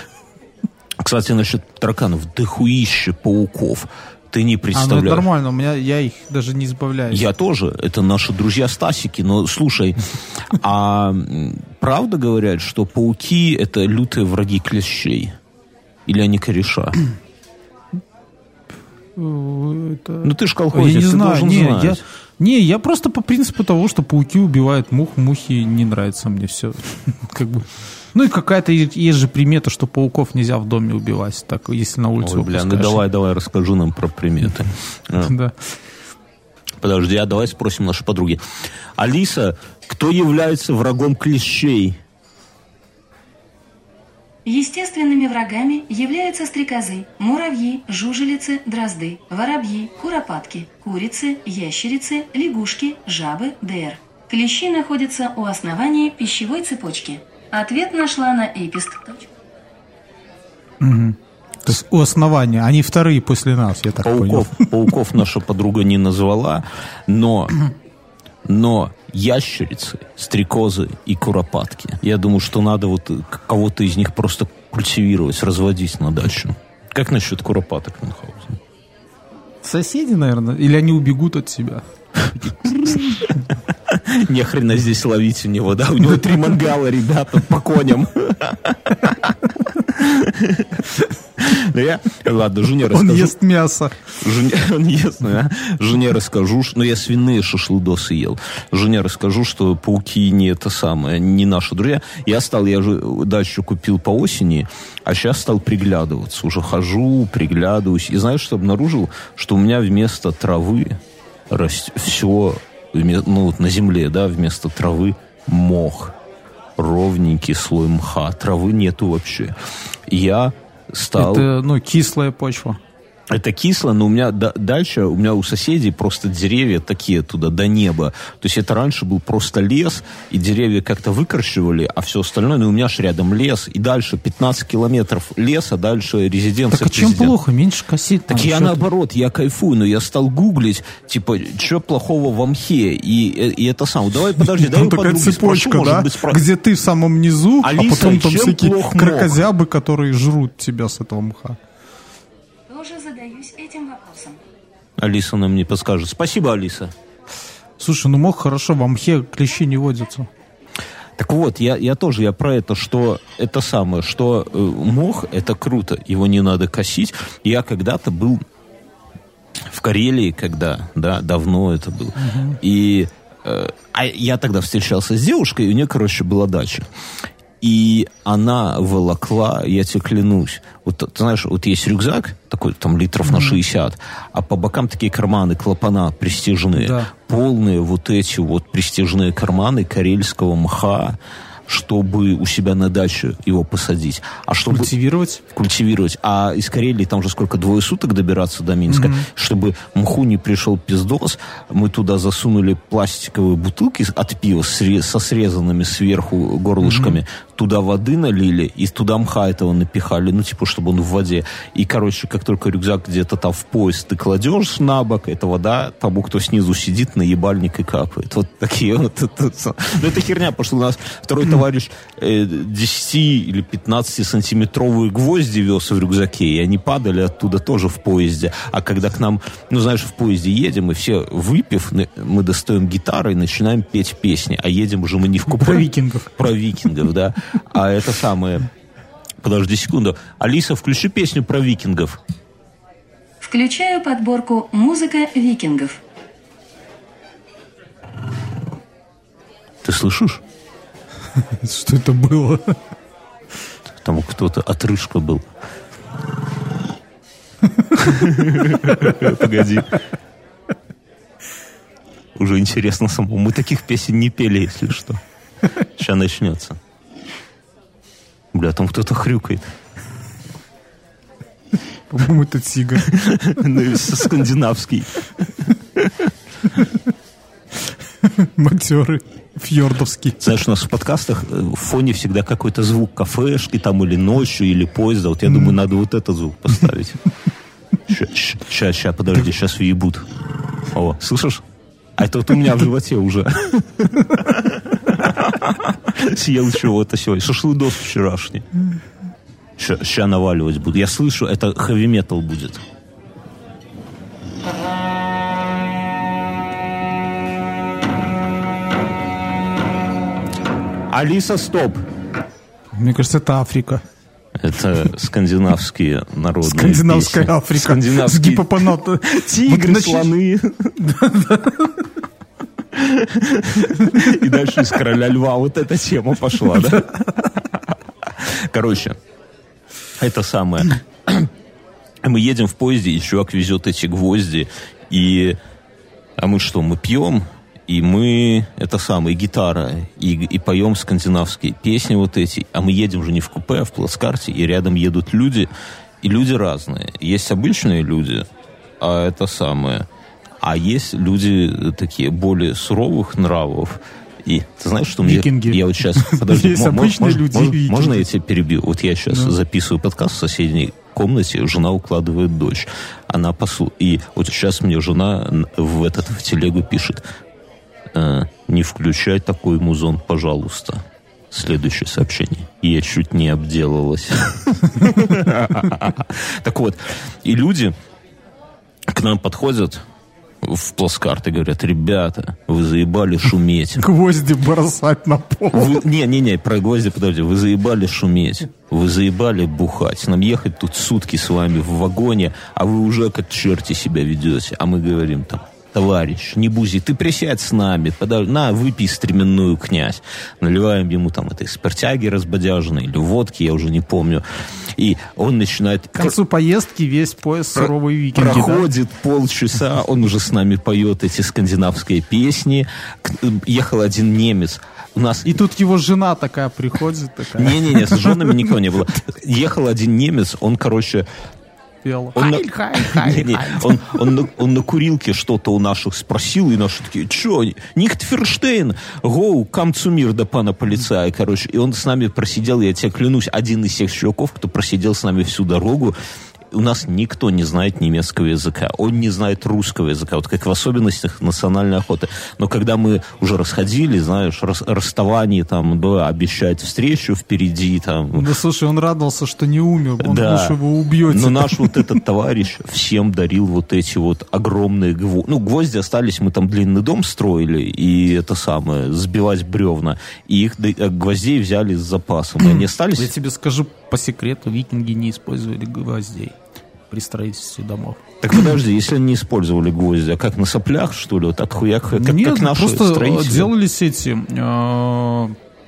Кстати, насчет тараканов. Дохуище пауков. Ты не представляешь. А, ну это нормально, у меня, я их даже не избавляю. Я тоже. Это наши друзья Стасики. Но слушай, а правда говорят, что пауки это лютые враги клещей? Или они кореша? Это... Ну ты ж колхозник, я не ты знаю. должен не, знать. Я, не, я просто по принципу того, что пауки убивают мух, мухи не нравится мне все. Как бы. Ну и какая-то есть же примета, что пауков нельзя в доме убивать, так если на улице Ой, бля, ну давай, давай, расскажи нам про приметы. Да. Подожди, а давай спросим нашей подруги. Алиса, кто является врагом клещей? Естественными врагами являются стрекозы, муравьи, жужелицы, дрозды, воробьи, куропатки, курицы, ящерицы, лягушки, жабы, др. Клещи находятся у основания пищевой цепочки. Ответ нашла на эпист. Угу. То есть у основания, они вторые после нас, я так пауков, понял. Пауков наша подруга не назвала, но, но ящерицы, стрекозы и куропатки. Я думаю, что надо вот кого-то из них просто культивировать, разводить на дачу. Как насчет куропаток, Мюнхгаузен? Соседи, наверное, или они убегут от себя? Не хрена здесь ловить у него, да? У него три мангала, ребята, по коням. Ну я, ладно, жене расскажу. Он ест мясо. Жене, он ест, ну, я жене расскажу, ну я свиные шашлыдосы ел. Жене расскажу, что пауки не это самое, не наши друзья. Я стал, я же дачу купил по осени, а сейчас стал приглядываться. Уже хожу, приглядываюсь. И знаешь, что обнаружил? Что у меня вместо травы растет все, ну вот на земле, да, вместо травы мох. ровненький слой мха, травы нету вообще. Я стал... Это, ну, кислая почва. Это кисло, но у меня да, дальше, у меня у соседей просто деревья такие туда, до неба. То есть это раньше был просто лес, и деревья как-то выкорчевали, а все остальное, ну у меня ж рядом лес, и дальше пятнадцать километров леса, дальше резиденция Так а чем президента. плохо? Меньше косить. Так я наоборот, я кайфую, но я стал гуглить, типа, что плохого в мхе, и, и это сам. Давай, подожди, дай Там у такая подруги цепочка, спрошу, да? может быть, спро... Где ты в самом низу, Алиса, а потом там чем всякие плох мох? крокозябы, которые жрут тебя с этого мха. Тоже задаюсь этим вопросом. Алиса нам не подскажет. Спасибо, Алиса. Слушай, ну мох хорошо, в мхе клещи не водятся. Так вот, я, я тоже, я про это, что это самое, что э, мох, это круто, его не надо косить. Я когда-то был в Карелии, когда, да, давно это было, угу. и э, а я тогда встречался с девушкой, и у нее, короче, была дача. И она волокла, я тебе клянусь, вот ты знаешь, вот есть рюкзак, такой там литров mm-hmm. на шестьдесят, а по бокам такие карманы, клапана пристяжные, да. Полные вот эти вот пристяжные карманы карельского мха, чтобы у себя на даче его посадить. А чтобы культивировать? Культивировать. А из Карелии там же сколько, двое суток добираться до Минска. Mm-hmm. Чтобы мху не пришел пиздос, мы туда засунули пластиковые бутылки от пива со срезанными сверху горлышками. Mm-hmm. Туда воды налили, и туда мха этого напихали, ну, типа, чтобы он в воде. И, короче, как только рюкзак где-то там в пояс ты кладешь на бок, эта вода тому, кто снизу сидит, на ебальник и капает. Вот такие вот. Ну, это херня, потому что у нас второй товарищ э, десять или пятнадцатисантиметровые гвозди вез в рюкзаке, и они падали оттуда тоже в поезде. А когда к нам, ну, знаешь, в поезде едем, и все, выпив, мы достаем гитары и начинаем петь песни. А едем уже мы не в купе. Про викингов. Про викингов, да. А это самое... Подожди секунду. Алиса, включи песню про викингов. Включаю подборку «Музыка викингов». Ты слышишь? Что это было? Там кто-то, отрыжка был. Погоди. Уже интересно самому. Мы таких песен не пели, если что. Сейчас начнется. Бля, там кто-то хрюкает. По-моему, это тигр. Ну, скандинавский. Матерый. Фьордовский. Знаешь, у нас в подкастах в фоне всегда какой-то звук кафешки там или ночью, или поезда. Вот я mm. думаю, надо вот этот звук поставить. Сейчас, сейчас, подожди, сейчас въебут. О, слышишь? А это вот у меня в животе уже. Съел чего-то сегодня. Шашлыдос вчерашний. Сейчас наваливать буду. Я слышу, это хэви-метал будет. Алиса, стоп. Мне кажется, это Африка. Это скандинавские народные Скандинавская песни. Африка. Скандинавские... С гипопонатом. Тигры, слоны. И дальше из Короля Льва вот эта тема пошла, да? Короче, это самое. Мы едем в поезде, и чувак везет эти гвозди, и... А мы что, мы пьем? И мы, это самое, гитара, и, и поем скандинавские песни вот эти. А мы едем же не в купе, а в плацкарте, и рядом едут люди, и люди разные. Есть обычные люди, а это самое. А есть люди такие более суровых нравов. И ты знаешь, что мне... Викинги. Я вот сейчас... Подожди, есть обычные можно, люди, можно, викинги. Можно я тебя перебью? Вот я сейчас Да. записываю подкаст в соседней комнате, жена укладывает дочь. Она послу... И вот сейчас мне жена в этот в телегу пишет: не включай такой музон, пожалуйста. Следующее сообщение. Я чуть не обделалась. Так вот, и люди к нам подходят в плацкарт и говорят: ребята, вы заебали шуметь. Гвозди бросать на пол. Не-не-не, про гвозди, подожди. Вы заебали шуметь. Вы заебали бухать. Нам ехать тут сутки с вами в вагоне, а вы уже как черти себя ведете. А мы говорим там: товарищ, не бузи, ты присядь с нами, подож... на, выпей стременную, князь. Наливаем ему там этой спиртяги разбодяженной или водки, я уже не помню. И он начинает... К концу поездки весь поезд суровые викинги. Проходит да? полчаса, он уже с нами поет эти скандинавские песни. Ехал один немец. У нас... И тут его жена такая приходит. Такая. Не-не-не, с женами никого не было. Ехал один немец, он, короче... Он, на... хай, хай, хай, не, не, он, он, он, он на курилке что-то у наших спросил, и наши такие, чё, нихт Ферштейн, гоу, кам цумир да пана полицая, короче. И он с нами просидел, я тебе клянусь, один из тех чуваков, кто просидел с нами всю дорогу. У нас никто не знает немецкого языка, он не знает русского языка, вот как в особенностях национальной охоты. Но когда мы уже расходились, знаешь, рас, расставание, там, да, обещать встречу впереди, там... Да, слушай, он радовался, что не умер, он да. лучше его убьете. Но наш вот этот товарищ всем дарил вот эти вот огромные гвозди. Ну, гвозди остались, мы там длинный дом строили, и это самое, сбивать бревна. И их гвоздей взяли с запасом, и они остались... Я тебе скажу по секрету, викинги не использовали гвоздей при строительстве домов. Так подожди, если они не использовали гвозди, а как на соплях, что ли? Вот так хуяк, как, Нет, как наши просто строители? делались эти э,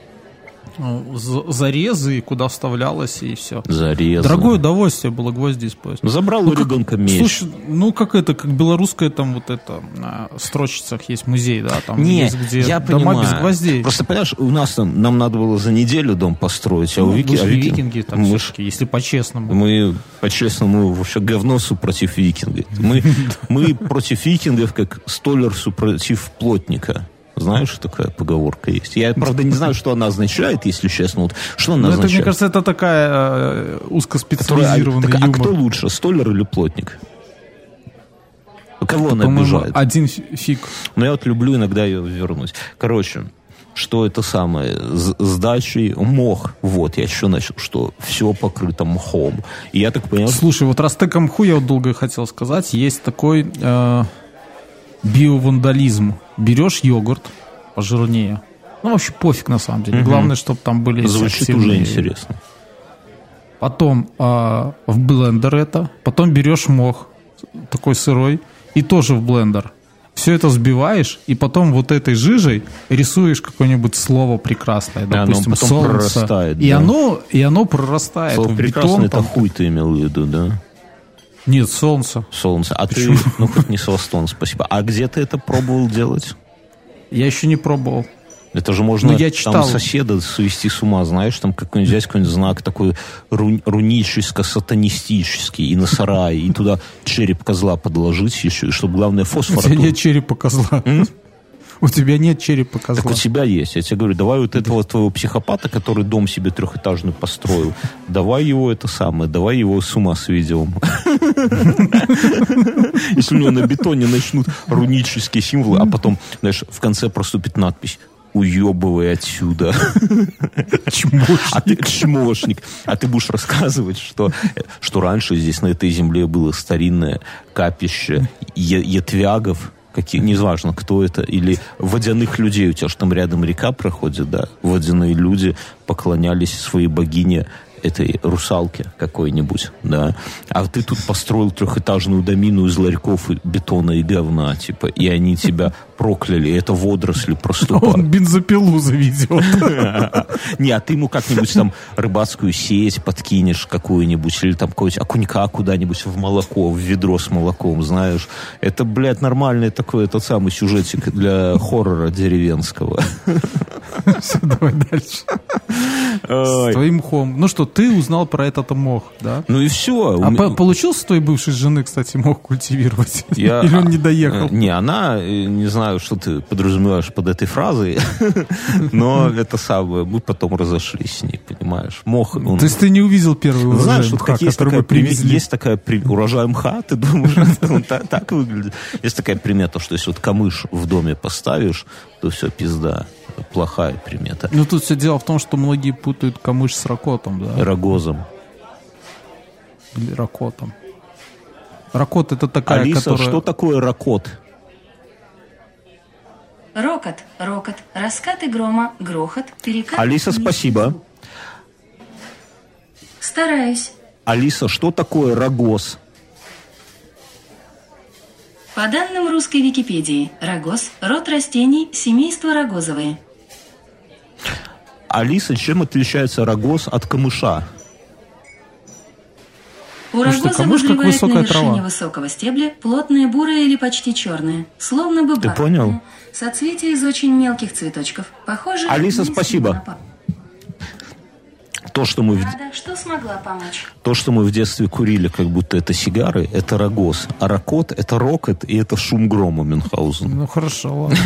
зарезы, куда вставлялось, и все. Зарезы. Дорогое удовольствие было гвозди использовать. Забрал ну, у ребенка меч. Слушай, ну как это, как белорусская там вот это, на Строчицах есть музей, да, там Не, есть, где я дома понимаю. без гвоздей. Просто, понимаешь, у нас там, нам надо было за неделю дом построить, а ну, у вики... вы же а вики... викинги там мы... все-таки, если по-честному. Мы, по-честному, вообще говносу против викингов. Мы, мы против викингов, как столярсу против плотника. Знаешь, что такая поговорка есть? Я, правда, не знаю, что она означает, если честно. Вот, что она ну, означает? Это, мне кажется, это такая э, узкоспециализированный Которая, юмор. а, а кто лучше, столяр или плотник? Кого она По-моему, обижает? один фиг. Но я вот люблю иногда ее вернуть. Короче, что это самое, с, с дачей мох. Вот, я еще начал, что все покрыто мхом. И я так понял... Слушай, вот раз ты к мху, я вот долго хотел сказать, есть такой э, биовандализм. Берешь йогурт пожирнее. Ну, вообще пофиг на самом деле. Угу. Главное, чтобы там были... Звучит активные... уже интересно. Потом э, в блендер это. Потом берешь мох такой сырой и тоже в блендер. Все это взбиваешь, и потом вот этой жижей рисуешь какое-нибудь слово прекрасное, да, допустим, оно потом солнце. Прорастает, и, да. оно, и оно прорастает слово в прекрасное, бетон. Это там... хуй ты имел в виду, да? Нет, солнце. Солнце. А Почему? ты, ну хоть не Свастон, спасибо. А где ты это пробовал делать? Я еще не пробовал. Это же можно я там читал. соседа свести с ума, знаешь, там какой-нибудь взять какой-нибудь знак такой ру, руническо-сатанистический и на сарай, и туда череп козла подложить еще, и чтобы, главное, фосфор... У тебя нет черепа козла. М? У тебя нет черепа козла. Так у тебя есть. Я тебе говорю, давай вот этого твоего психопата, который дом себе трехэтажный построил, давай его это самое, давай его с ума сведем. Если у него на бетоне начнут рунические символы, а потом, знаешь, в конце проступит надпись «Уебывай отсюда». Чмошник. А ты, чмошник. А ты будешь рассказывать, что, что раньше здесь на этой земле было старинное капище ятвягов, какие, неважно, кто это, или водяных людей. У тебя же там рядом река проходит, да? Водяные люди поклонялись своей богине, этой русалке какой-нибудь, да. А ты тут построил трехэтажную домину из ларьков, и бетона и говна, типа, и они тебя прокляли, это водоросли проступают. Он бензопилу заведет. Не, а ты ему как-нибудь там рыбацкую сеть подкинешь какую-нибудь, или там какой-нибудь окунька куда-нибудь в молоко, в ведро с молоком, знаешь. Это, блядь, нормальный такой, тот самый сюжетик для хоррора деревенского. Все, давай дальше. С твоим мхом. Ну что, ты узнал про этот мох, да? Ну и все. А по- получился с твоей бывшей жены, кстати, мох культивировать? Я... Или он не доехал? Не, она, не знаю, что ты подразумеваешь под этой фразой, но это самое, мы потом разошлись с ней, понимаешь? Мох... Он... То есть ты не увидел первый урожай Знаешь, мха, вот есть который такая, мы привезли? Есть такая при... урожай мха, ты думаешь, он так, так выглядит? Есть такая примета, что если вот камыш в доме поставишь, то все, пизда. Плохая примета. Ну, тут все дело в том, что многие путают камыш с ракотом, да? Рогозом. Или ракотом. Ракот — это такая, Алиса, которая... что такое ракот? Рокот, рокот, раскаты грома, грохот, перекат. Алиса, спасибо. Стараюсь. Алиса, что такое рогоз? По данным русской Википедии, рогоз – род растений семейства рогозовые. Алиса, чем отличается рогоз от камыша? У рогоза возливает на вершине высокого стебля плотное бурое или почти черное, словно бы бархатное. Ты понял? Соцветие из очень мелких цветочков. Похоже, Алиса, спасибо. То, что мы в... Рада, что смогла помочь. То, что мы в детстве курили, как будто это сигары, это рогоз. А ракот — это рокот, и это шум грома Мюнхгаузен. Ну, хорошо, ладно.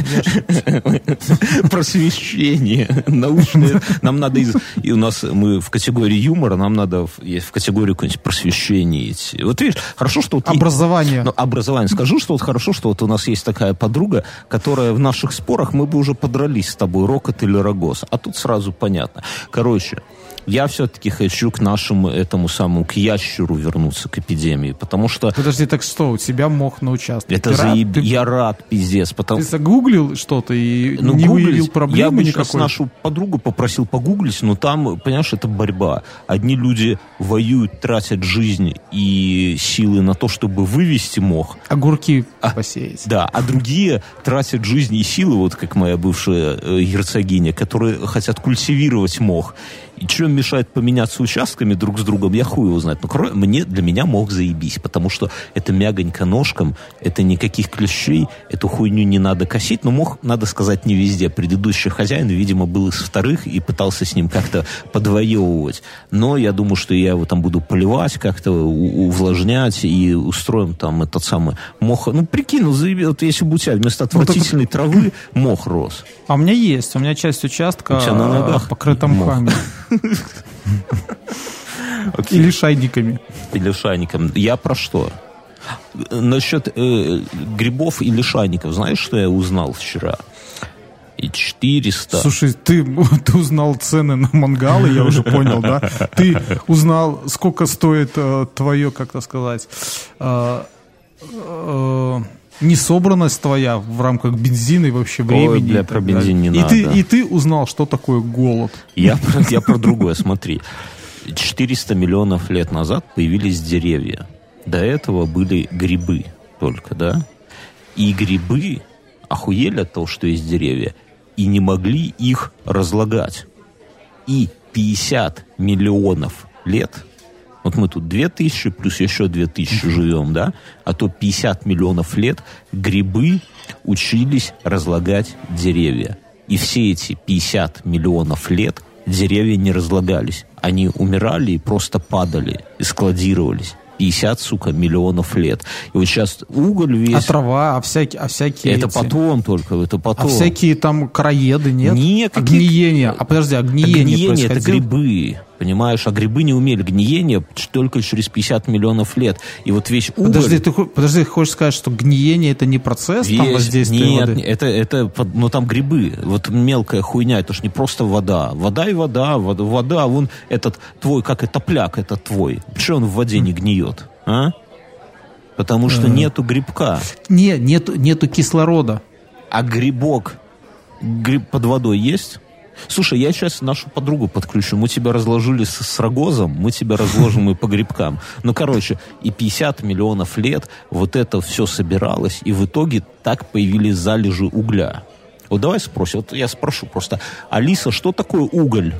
Просвещение. Научное. Нам надо... И у нас мы в категории юмора, нам надо в категорию какое-нибудь просвещение идти. Вот видишь, хорошо, что... Образование. Ну, образование. Скажу, что вот хорошо, что вот у нас есть такая подруга, которая в наших спорах мы бы уже подрались с тобой, рокот или рогоз. А тут сразу понятно. Короче... Я все-таки хочу к нашему этому самому, к ящеру вернуться, к эпидемии, потому что... Подожди, так что, у тебя мох на участке? Это заеб... Ты... Я рад, пиздец, потому... Ты загуглил что-то и ну, не гуглить, выявил проблемы я бы никакой? сейчас нашу подругу попросил погуглить, но там, понимаешь, это борьба. Одни люди воюют, тратят жизнь и силы на то, чтобы вывести мох. Огурки а, посеять. Да, а другие тратят жизнь и силы, вот как моя бывшая э, герцогиня, которые хотят культивировать мох. И что им мешает поменяться участками друг с другом, я хуй его знает. Но кроме, мне, для меня мог заебись, потому что это мягонько ножкам, это никаких клещей, эту хуйню не надо косить. Но мох, надо сказать, не везде. Предыдущий хозяин, видимо, был из вторых и пытался с ним как-то подвоевывать. Но я думаю, что я его там буду поливать, как-то увлажнять и устроим там этот самый мох. Ну, прикинь, ну, заеби, вот если бы у тебя вместо отвратительной ну, травы мох рос. А у меня есть, у меня часть участка у тебя на ногах покрыта мхами. Или шайниками. Или шайниками. Я про что? Насчет э, грибов и лишайников. Знаешь, что я узнал вчера? И четыреста... Слушай, ты, ты узнал цены на мангалы, я уже понял, да? Ты узнал, сколько стоит э, твое, как-то сказать... Э, э, несобранность твоя в рамках бензина и вообще времени. Ой, бля, про бензин не и надо. Ты, и ты узнал, что такое голод. Я, я про другое, смотри. четыреста миллионов лет назад появились деревья. До этого были грибы только, да? И грибы охуели от того, что есть деревья, и не могли их разлагать. И пятьдесят миллионов лет... Вот мы тут две тысячи плюс еще две тысячи живем, да? А то пятьдесят миллионов лет грибы учились разлагать деревья. И все эти пятьдесят миллионов лет деревья не разлагались. Они умирали и просто падали, и складировались. пятьдесят, сука, миллионов лет. И вот сейчас уголь весь... А трава, а всякие... А всякие это эти... потом только, это потом. А всякие там короеды, нет? Нет. А гниение. А подожди, а гниение, гниение это грибы. Понимаешь, а грибы не умели гниение только через пятьдесят миллионов лет. И вот весь уголь... Подожди, ты, подожди, ты хочешь сказать, что гниение это не процесс весь... там воздействия Нет, воды? это, это, ну там грибы. Вот мелкая хуйня, это ж не просто вода. Вода и вода, вода, вода, вон этот твой, как и топляк, этот твой. Почему он в воде не гниет, а? Потому что нету грибка. Не, нету, нету кислорода. А грибок гриб под водой есть? Слушай, я сейчас нашу подругу подключу. Мы тебя разложили с, с рогозом, мы тебя разложим и по грибкам. Ну, короче, и пятьдесят миллионов лет вот это все собиралось, и в итоге так появились залежи угля. Вот давай спросим, вот я спрошу просто. Алиса, что такое уголь?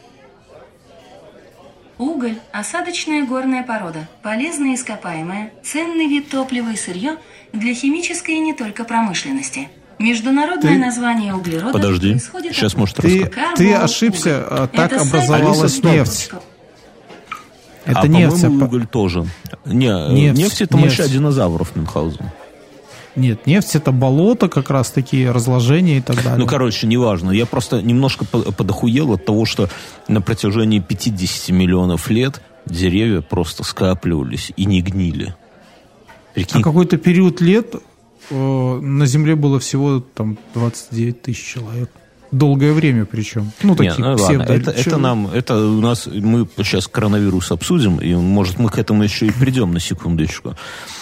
Уголь – осадочная горная порода, полезное ископаемое, ценный вид топлива и сырье для химической и не только промышленности. Международное ты... название углерода Подожди, происходит сейчас от... может ты, рассказать. Ты ошибся, а, так это образовалась нефть. Это а, нефть. по-моему, уголь тоже. Не, нефть, нефть это моща динозавров, Мюнхгаузен. Нет, нефть это болото, как раз такие разложения и так далее. Ну, короче, неважно. Я просто немножко подохуел от того, что на протяжении пятьдесят миллионов лет деревья просто скапливались и не гнили. Прикинь. А какой-то период лет э, на Земле было всего там двадцать девять тысяч человек. Долгое время причем. Ну, такие Не, ну, псевдо... ладно, это, это нам, это у нас, мы сейчас коронавирус обсудим, и, может, мы к этому еще и придем на секундочку.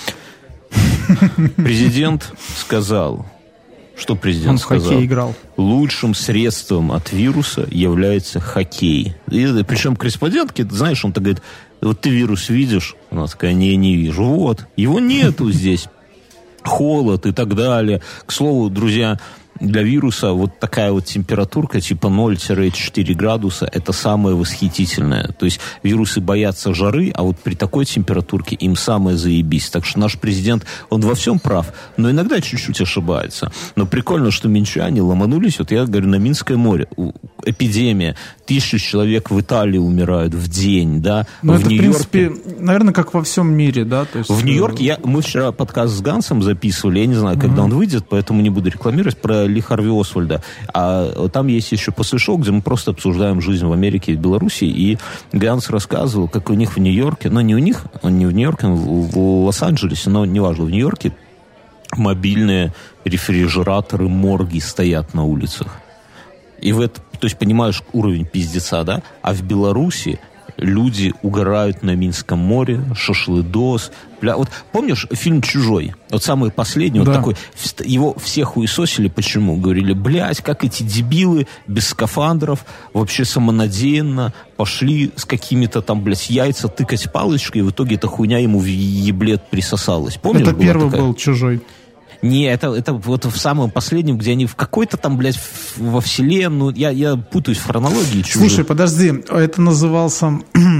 Президент сказал, что президент Он сказал? в хоккей играл. Лучшим средством от вируса является хоккей. И, причем корреспондентки, знаешь, он-то говорит, вот ты вирус видишь? Она такая, не, не вижу. Вот, его нету здесь. холод и так далее. К слову, друзья, для вируса вот такая вот температурка типа ноль-четыре градуса – это самое восхитительное. То есть вирусы боятся жары, а вот при такой температурке им самое заебись. Так что наш президент, он во всем прав, но иногда чуть-чуть ошибается. Но прикольно, что минчане ломанулись, вот я говорю, на Минское море. Эпидемия. Тысячи человек в Италии умирают в день, да. Ну, в это, Нью-Йорке... в принципе, наверное, как во всем мире, да. То есть... В Нью-Йорке, я, мы вчера подкаст с Гансом записывали, я не знаю, когда uh-huh. он выйдет, поэтому не буду рекламировать, про Ли Харви Освальда. А там есть еще послешок, где мы просто обсуждаем жизнь в Америке и в Беларуси, и Ганс рассказывал, как у них в Нью-Йорке, но не у них, он не в Нью-Йорке, он в, в Лос-Анджелесе, но неважно, в Нью-Йорке мобильные рефрижераторы, морги стоят на улицах. И в это, то есть, понимаешь, уровень пиздеца, да? А в Беларуси люди угорают на Минском море, шашлыдос. Бля, вот помнишь фильм «Чужой»? Вот самый последний, да. Вот такой, его все хуесосили, почему? Говорили, блядь, как эти дебилы без скафандров, вообще самонадеянно пошли с какими-то там, блядь, яйца тыкать палочкой, и в итоге эта хуйня ему в еблет присосалась. Помнишь? Это первый такая? Был «Чужой». Не, это, это вот в самом последнем, где они в какой-то там, блядь, во вселенную. Я, я путаюсь в хронологии. Чужих. Слушай, подожди, это назывался...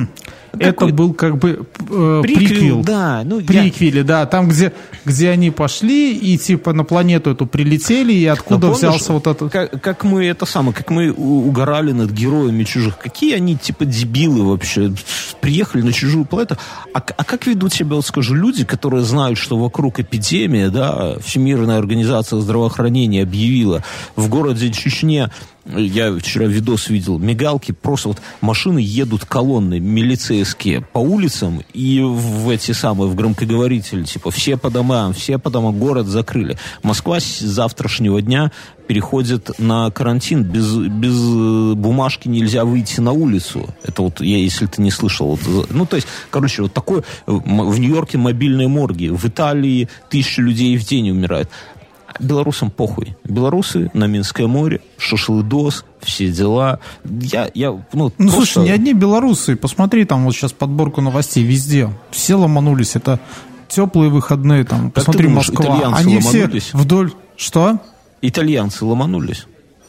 Это был как бы э, приквел, приквел. Да, ну, приквели, я... да, там, где, где они пошли и типа на планету эту прилетели, и откуда помнишь, взялся вот этот... Как, как мы это самое, как мы угорали над героями чужих. Какие они типа дебилы вообще. Приехали на чужую планету. А, а как ведут себя, вот скажу, люди, которые знают, что вокруг эпидемия, да, Всемирная организация здравоохранения объявила в городе Чечне. Я вчера видос видел, мигалки, просто вот машины едут колонны милицейские по улицам и в эти самые, в громкоговорители, типа, все по домам, все по домам, город закрыли. Москва с завтрашнего дня переходит на карантин, без, без бумажки нельзя выйти на улицу. Это вот, я, если ты не слышал, вот, ну, то есть, короче, вот такое, в Нью-Йорке мобильные морги, в Италии тысячи людей в день умирают. Белорусам похуй. Белорусы на Минское море, шашлыдос, все дела. Я, я, ну, ну просто... слушай, не одни белорусы. Посмотри, там вот сейчас подборку новостей везде. Все ломанулись. Это теплые выходные. Там. Как посмотри, думаешь, Москва. Они ломанулись? Все вдоль... Что? Итальянцы ломанулись?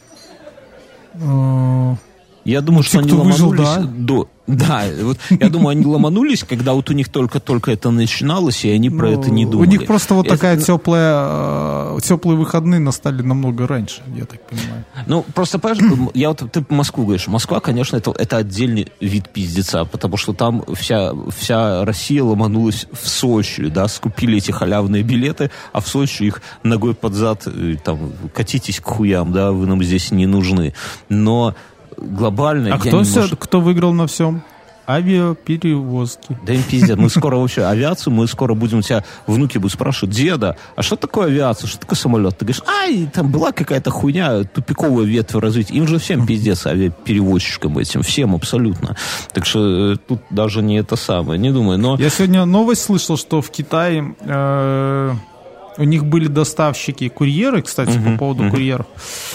Uh... Я думаю, Те, что они выжил, ломанулись да? до... Да, вот я думаю, они ломанулись, когда вот у них только-только это начиналось, и они про ну, это не думали. У них просто вот это... такая теплая... Теплые выходные настали намного раньше, я так понимаю. Ну, просто, понимаешь, я вот, ты по Москву говоришь. Москва, конечно, это, это отдельный вид пиздеца, потому что там вся, вся Россия ломанулась в Сочи, да, скупили эти халявные билеты, а в Сочи их ногой под зад, там, катитесь к хуям, да, вы нам здесь не нужны. Но... глобально. А кто, не все, может... кто выиграл на всем? Авиаперевозки. Да им пиздец. Мы скоро вообще авиацию, мы скоро будем, у тебя внуки будут спрашивать, деда, а что такое авиация, что такое самолет? Ты говоришь, ай, там была какая-то хуйня, тупиковая ветвь развития. Им же всем пиздец, авиаперевозчикам этим, всем абсолютно. Так что тут даже не это самое, не думаю. Но... Я сегодня новость слышал, что в Китае э, у них были доставщики, курьеры, кстати, uh-huh, по поводу uh-huh. курьеров.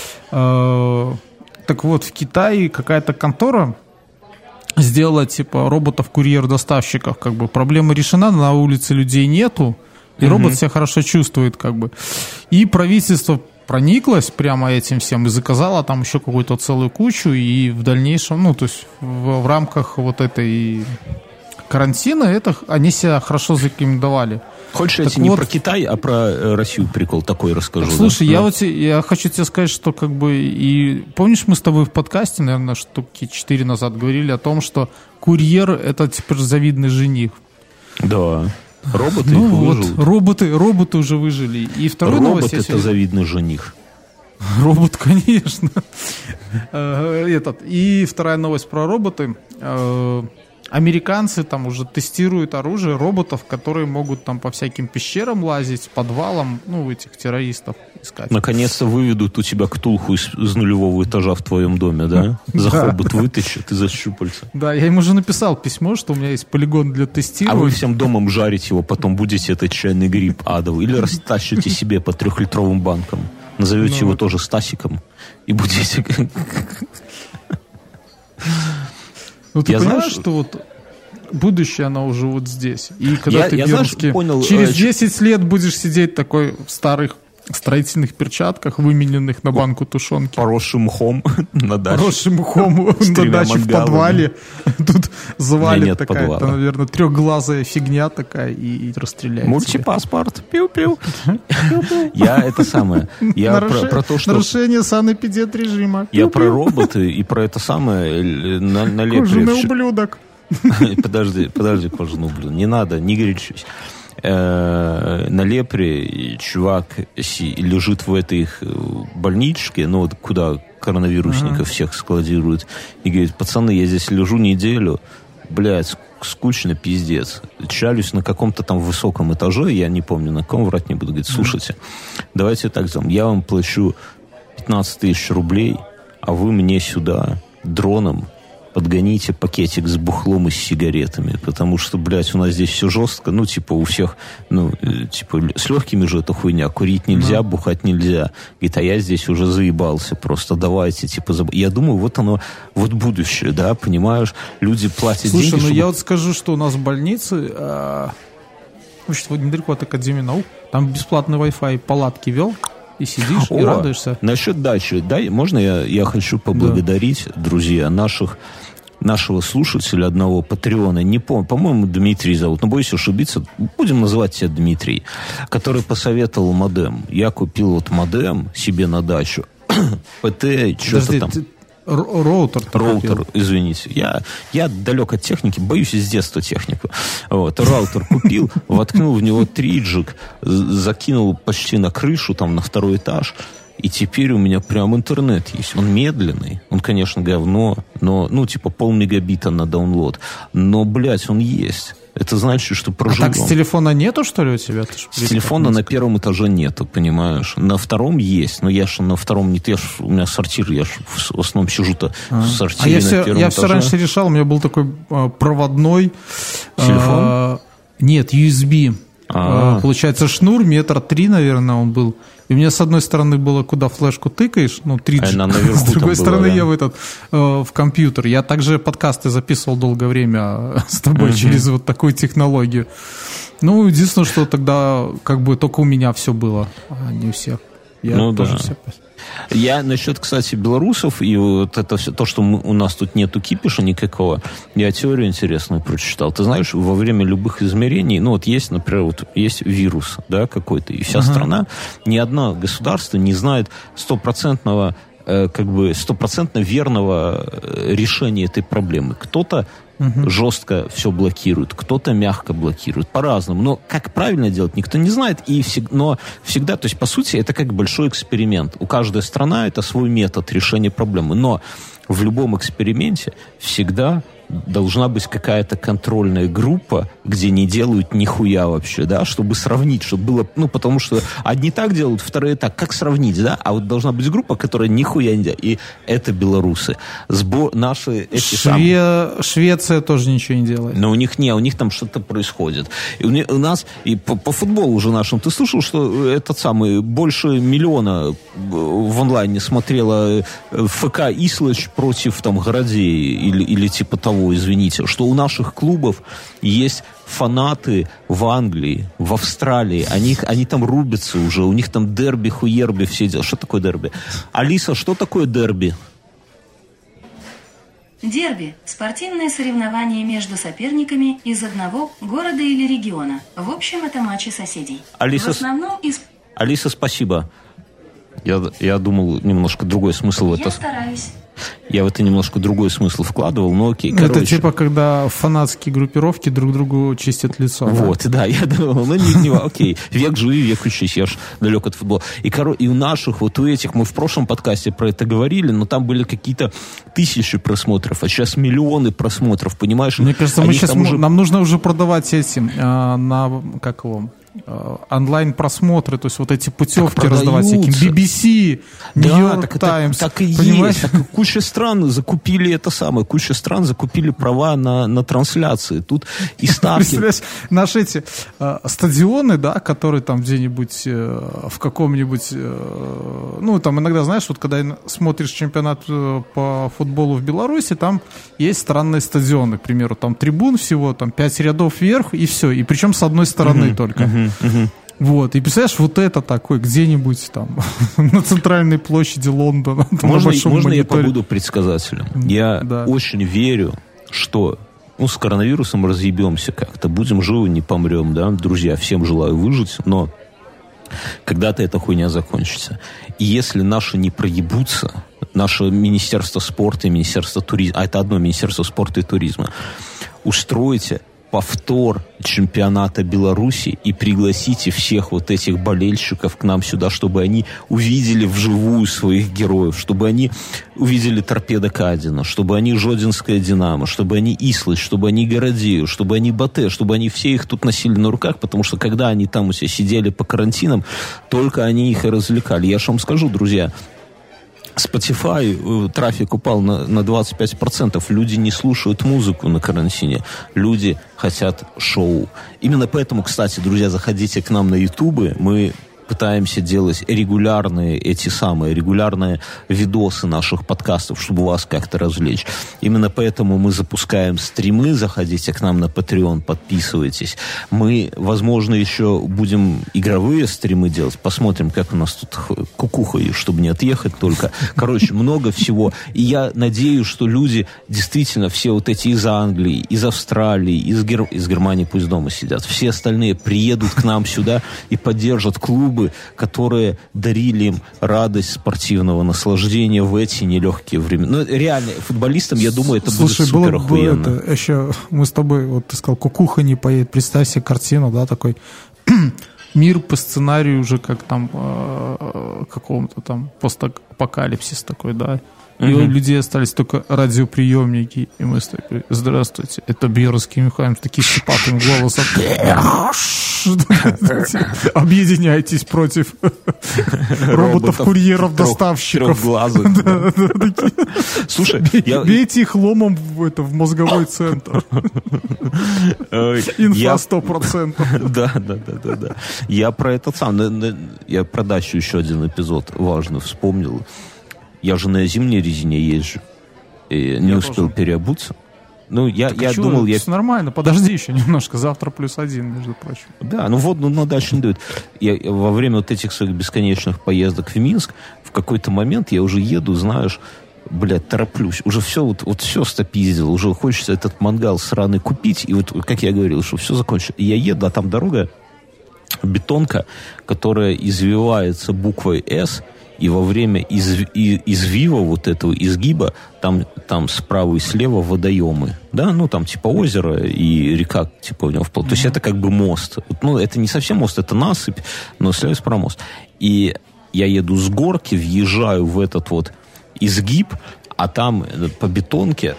Э, так вот, в Китае какая-то контора сделала, типа, роботов-курьер-доставщиков, как бы, проблема решена, на улице людей нету, и uh-huh. робот себя хорошо чувствует, как бы. И правительство прониклось прямо этим всем и заказало там еще какую-то целую кучу, и в дальнейшем, ну, то есть в, в рамках вот этой карантина это, они себя хорошо зарекомендовали. Хочешь, я тебе вот, не про Китай, а про Россию прикол такой расскажу? Слушай, да? я да. вот я хочу тебе сказать, что как бы и помнишь, мы с тобой в подкасте, наверное, штуки четыре назад говорили о том, что курьер это теперь завидный жених. Да. Роботы ну, их вот, выживут. Роботы, роботы уже выжили. И второй Робот новость, это сегодня... завидный жених. Робот, конечно. Этот. И вторая новость про роботы. Американцы там уже тестируют оружие роботов, которые могут там по всяким пещерам лазить, подвалам, ну, этих террористов искать. Наконец-то выведут у тебя ктулху из, из нулевого этажа в твоем доме, да? За хобот вытащат и за щупальца. Да, я ему уже написал письмо, что у меня есть полигон для тестирования. А вы всем домом жарите его, потом будете этот чайный гриб адовый. Или растащите себе по трехлитровым банкам. Назовете его тоже Стасиком. И будете... Ну, ты я понимаешь, знаю, что вот будущее, оно уже вот здесь. И когда Я- ты я, в знаешь, Вируске понял, через э, десять лет будешь сидеть такой в старых строительных перчатках, вымененных на банку тушенки, Поросшим мхом на даче. поросшим мхом С на тремя даче в мангалами. подвале. Тут завалит нет такая-то, подвала. наверное, трехглазая фигня такая и, и расстреляет тебя. Мультипаспорт. Пиу-пиу. Я это самое. Я про, Наруши- про то, что... Нарушение санэпидемрежима. Я про роботы и про это самое э, на, на лепре Кожаный всё- ублюдок. Подожди, подожди, кожаный ублюдок. Не надо, не горячись. Э, На лепре чувак си- лежит в этой их, э, больничке, ну вот куда коронавирусников всех складируют, и говорит: пацаны, я здесь лежу неделю, блядь, ск- скучно, пиздец. Чалюсь на каком-то там высоком этаже, я не помню на ком, врать не буду. Говорит: слушайте, давайте так сделаем, я вам плачу пятнадцать тысяч рублей, а вы мне сюда дроном подгоните пакетик с бухлом и с сигаретами, потому что, блядь, у нас здесь все жестко, ну, типа, у всех, ну, э, типа, с легкими же это хуйня, курить нельзя, бухать нельзя. Говорит: а я здесь уже заебался просто, давайте, типа, заб... Я думаю, вот оно, вот будущее, да, понимаешь, люди платят Слушай, деньги, ну чтобы... я вот скажу, что у нас в больнице, а, значит, вот недалеко от Академии наук, там бесплатный Wi-Fi, палатки вел, и сидишь, и О, радуешься. Насчет дачи, да, можно я, я хочу поблагодарить, друзья, наших нашего слушателя одного, Патреона, не помню, по-моему, Дмитрий зовут, но боюсь ошибиться, будем называть тебя Дмитрий, который посоветовал модем. Я купил вот модем себе на дачу, ПТ, что-то Подожди, там. ты р- роутер ты Роутер, купил? извините. Я, я далек от техники, боюсь с детства технику. Вот, роутер купил, воткнул в него триджик, закинул почти на крышу, там, на второй этаж. И теперь у меня прям интернет есть. Он медленный. Он, конечно, говно, но, ну, типа, полмегабита на даунлод. Но, блядь, он есть. Это значит, что А проживем. так с телефона нету, что ли, у тебя? Ты ж С телефона на близко. первом этаже нету, понимаешь? На втором есть, но я же на втором не... Я ж, у меня сортир, я ж в, в основном сижу-то А, в а сортире я на все, первом я этаже. все раньше решал, у меня был такой а, проводной... Телефон? а, нет, ю эс би. А. А, получается, шнур, метр три, наверное, он был. И у меня с одной стороны было, куда флешку тыкаешь, ну, три джи. А она наверху С другой там стороны, была, да? я в этот, э, в компьютер. Я также подкасты записывал долгое время с тобой через вот такую технологию. Ну, единственное, что тогда как бы только у меня все было, а не у всех. Я Ну тоже да. все... Я насчет, кстати, белорусов и вот это все, то, что мы, у нас тут нету кипиша никакого, я теорию интересную прочитал. Ты знаешь, во время любых измерений, ну вот есть, например, вот есть вирус, да, какой-то, и вся Ага. страна, ни одно государство не знает стопроцентного, э, как бы стопроцентно верного э, решения этой проблемы. Кто-то жестко все блокирует, кто-то мягко блокирует, по-разному. Но как правильно делать, никто не знает. И всег... Но всегда, то есть, по сути, это как большой эксперимент. У каждой страны это свой метод решения проблемы. Но в любом эксперименте всегда должна быть какая-то контрольная группа, где не делают нихуя вообще, да, чтобы сравнить, чтобы было, ну, потому что одни так делают, вторые так. Как сравнить, да? А вот должна быть группа, которая нихуя не делает. И это белорусы. Сбор... Наши эти самые... Шве... Швеция тоже ничего не делает. Но у них не, у них там что-то происходит. И у, не- у нас, и по, по футболу уже нашему, ты слышал, что этот самый, больше миллиона в онлайне смотрела ФК Ислыч против там Городей или, или типа того, извините, что у наших клубов есть фанаты в Англии, в Австралии, они, они там рубятся уже, у них там дерби, хуерби, все дела. Что такое дерби? Алиса, что такое дерби? Дерби – спортивное соревнование между соперниками из одного города или региона. В общем, это матчи соседей. Алиса, В основном из... Алиса, спасибо. Я, я думал, немножко другой смысл в Я это. стараюсь. Я в это немножко другой смысл вкладывал, но окей. Это Короче, типа, когда фанатские группировки друг другу чистят лицо. да? вот, да, я думал, ну, не, не, окей, век живи, век учись, я ж далек от футбола. И, коро, и у наших, вот у этих, мы в прошлом подкасте про это говорили, но там были какие-то тысячи просмотров, а сейчас миллионы просмотров, понимаешь? Мне кажется, Они мы сейчас, там уже- нам нужно уже продавать эти, а, на, как его, онлайн-просмотры, то есть вот эти путевки раздавать всяким би би си, Нью-Йорк Таймс. Так, так и есть. Так, куча стран закупили это самое, куча стран закупили права на, на трансляции. Тут и ставки. Представляешь, наши эти э, стадионы, да, которые там где-нибудь э, в каком-нибудь, э, ну, там иногда, знаешь, вот когда смотришь чемпионат э, по футболу в Беларуси, там есть странные стадионы, к примеру, там трибун всего, там пять рядов вверх, и все, и причем с одной стороны uh-huh, только. Uh-huh, uh-huh. Вот, и представляешь, вот это такое, где-нибудь там на центральной площади Лондона. Можно, можно я побуду предсказателем? Я да. очень верю, что ну, с коронавирусом разъебемся как-то, будем живы, не помрем, да, друзья, всем желаю выжить, но когда-то эта хуйня закончится. И если наши не проебутся, наше Министерство спорта и Министерство туризма, а это одно Министерство спорта и туризма, устроите повтор чемпионата Беларуси и пригласите всех вот этих болельщиков к нам сюда, чтобы они увидели вживую своих героев, чтобы они увидели Торпедо Кадина, чтобы они Жодинское Динамо, чтобы они Ислыч, чтобы они Городею, чтобы они Батэ, чтобы они все их тут носили на руках, потому что когда они там у себя сидели по карантинам, только они их и развлекали. Я же вам скажу, друзья, Spotify, трафик упал на, на двадцать пять процентов. Люди не слушают музыку на карантине. Люди хотят шоу. Именно поэтому, кстати, друзья, заходите к нам на Ютубы. Мы пытаемся делать регулярные, эти самые, регулярные видосы наших подкастов, чтобы вас как-то развлечь. Именно поэтому мы запускаем стримы. Заходите к нам на Patreon, подписывайтесь. Мы, возможно, еще будем игровые стримы делать. Посмотрим, как у нас тут кукуха, чтобы не отъехать только. Короче, много всего. И я надеюсь, что люди действительно, все вот эти из Англии, из Австралии, из, Гер... из Германии пусть дома сидят, все остальные приедут к нам сюда и поддержат клубы, которые дарили им радость спортивного наслаждения в эти нелегкие времена. Ну, реально, футболистам, я думаю, это Слушай, будет супер охуенно. Было это, еще мы с тобой, вот ты сказал, кукуха не поедет. Представь себе картину, да, такой мир по сценарию уже как там э, какому-то там постапокалипсис такой, да. И uh-huh. у людей остались только радиоприемники. И мы такой: здравствуйте, это Березский Михайлович, таким шипатым голосом. Объединяйтесь против роботов-курьеров, доставщиков. Слушай, бейте их ломом в мозговой центр. Инфа сто процентов. Да, да, да, да. Я про этот сам, я про дачу еще один эпизод важный вспомнил. Я же на зимней резине езжу. И не я успел тоже переобуться. Ну, я, я что, думал... Это я... нормально, подожди еще немножко. Завтра плюс один, между прочим. Да, ну вот, ну, ну дальше не дают. Я, во время вот этих своих бесконечных поездок в Минск, в какой-то момент я уже еду, знаешь, блядь, тороплюсь. Уже все, вот, вот все стопиздил. Уже хочется этот мангал сраный купить. И вот, как я говорил, что все закончится. И я еду, а там дорога, бетонка, которая извивается буквой «С», и во время изв... извива вот этого изгиба там, там справа и слева водоемы. Да, ну там типа озеро и река типа в него вплоть. Mm-hmm. То есть это как бы мост. Ну, это не совсем мост, это насыпь, но слева и справа мост. И я еду с горки, въезжаю в этот вот изгиб, а там по бетонке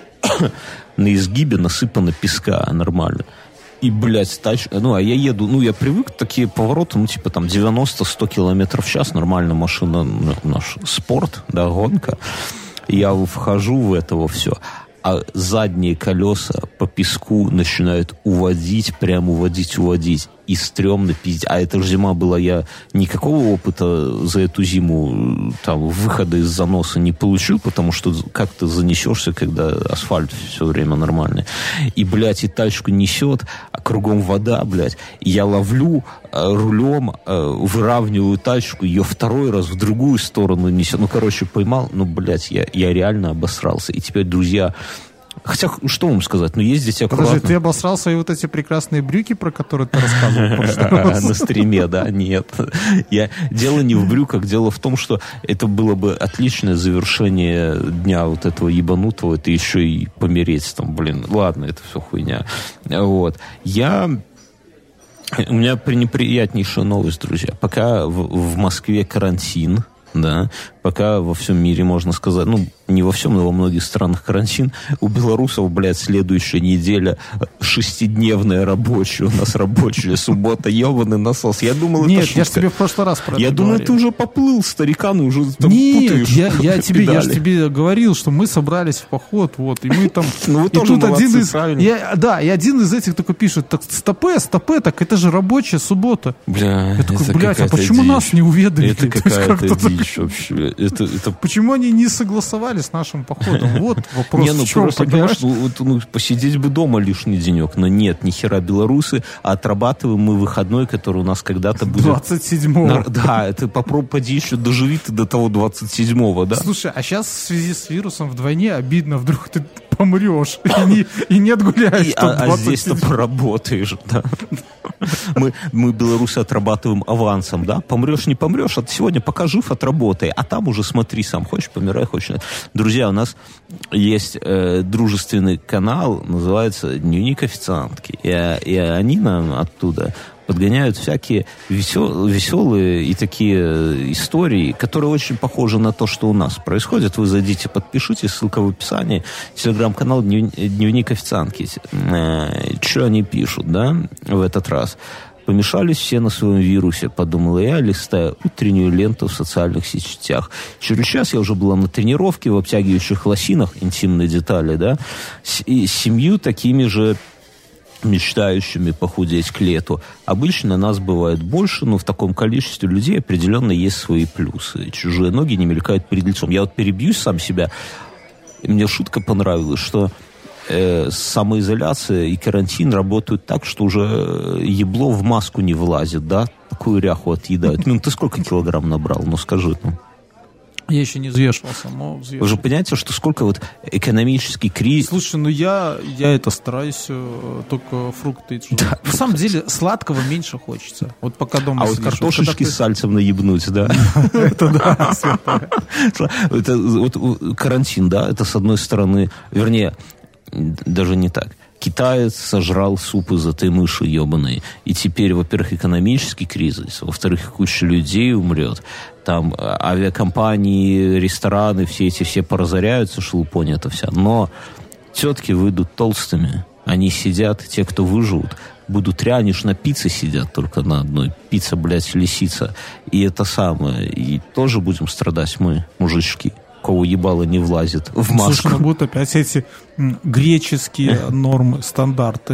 на изгибе насыпано песка нормально. И, блядь, тач... ну, а я еду, ну, я привык, такие повороты, ну, типа, там, девяносто-сто километров в час, нормально машина, наш спорт, да, гонка. Я вхожу в это все, а задние колеса по песку начинают уводить, прям уводить, уводить. И стрёмно пиздец. А это же зима была, я никакого опыта за эту зиму, там, выхода из заноса не получил, потому что как ты занесешься, когда асфальт все время нормальный. И, блядь, и тачку несет, а кругом вода, блядь. И я ловлю э, рулем, э, выравниваю тачку, ее второй раз в другую сторону несет. Ну, короче, поймал, ну, блядь, я, я реально обосрался. И теперь, друзья... Хотя, что вам сказать, ну ездите аккуратно. Подожди, ты обосрался и вот эти прекрасные брюки, про которые ты рассказывал? На стриме, да, нет. Я дело не в брюках, дело в том, что это было бы отличное завершение дня вот этого ебанутого, это еще и помереть там, блин, ладно, это все хуйня. Вот. Я... У меня пренеприятнейшая новость, друзья. Пока в, в Москве карантин, да, пока во всем мире, можно сказать, ну, не во всем, но во многих странах карантин, у белорусов, блядь, следующая неделя шестидневная рабочая, у нас рабочая суббота, ебаный насос. Я думал, Нет, это я же тебе в прошлый раз про это Я думал, говорил. ты уже поплыл, старикан, и уже там Нет, путаешь я, я, тебе, я же педали. тебе говорил, что мы собрались в поход, вот, и мы там... Ну, вы и тоже тут молодцы, один из, правильно. я, да, и один из этих такой пишет, так стопе, стопе, так это же рабочая суббота. Бля, Я такой, это блядь, а какая-то почему дичь. нас не уведомили? Это То есть какая-то как-то так- дичь вообще. Это, это Почему они не согласовали с нашим походом? Вот вопрос не, ну в чем, просто, понимаешь? понимаешь, ну, вот, ну, посидеть бы дома лишний денек, но нет, ни хера белорусы, а отрабатываем мы выходной, который у нас когда-то будет... двадцать седьмого. На- Да, это попробуй, поди еще доживи ты до того двадцать седьмого, да? Слушай, а сейчас в связи с вирусом вдвойне обидно, вдруг ты помрешь и не, и не отгуляешь. И- чтоб а, а двадцать здесь-то седьмого. поработаешь, да. Мы, мы, белорусы, отрабатываем авансом, да? Помрешь, не помрешь, а ты сегодня пока жив, отработай, а там уже смотри сам, хочешь, помирай, хочешь. нет. Друзья, у нас есть э, дружественный канал, называется «Дневник официантки», и, и они нам оттуда подгоняют всякие весел, веселые и такие истории, которые очень похожи на то, что у нас происходит. Вы зайдите, подпишитесь, ссылка в описании. Телеграм-канал «Дневник официантки». Э, что они пишут, да, в этот раз? Помешались все на своем вирусе, подумала я, листая утреннюю ленту в социальных сетях. Через час я уже была на тренировке в обтягивающих лосинах, интимные детали, да, с, и с семью такими же мечтающими похудеть к лету. Обычно нас бывает больше, но в таком количестве людей определенно есть свои плюсы. Чужие ноги не мелькают перед лицом. Я вот перебьюсь сам себя. Мне шутка понравилась, что э, самоизоляция и карантин работают так, что уже ебло в маску не влазит, да? Такую ряху отъедают. Ну, ты сколько килограмм набрал? Ну, скажи, ну. Я еще не взвешивался, но взвешивал. Вы же понимаете, что сколько вот экономический кризис... Слушай, ну я, я это стараюсь э, только фрукты. и что-то. На самом деле сладкого меньше хочется. Вот пока дома А вот сидишь. картошечки когда с сальцем наебнуть, да? Это да, святое. Это вот карантин, да, это с одной стороны, вернее, даже не так. Китаец сожрал суп из этой мыши ебаной. И теперь, во-первых, экономический кризис, во-вторых, куча людей умрет. Там авиакомпании, рестораны, все эти все поразоряются, шелупонь это вся. Но тетки выйдут толстыми. Они сидят, те, кто выживут, будут реально на пицце сидят только на одной. Пицца, блядь, лисица. И это самое. И тоже будем страдать мы, мужички. Кого ебало не влазит в маску. Слушай, ну будут опять эти м, греческие нормы, стандарты.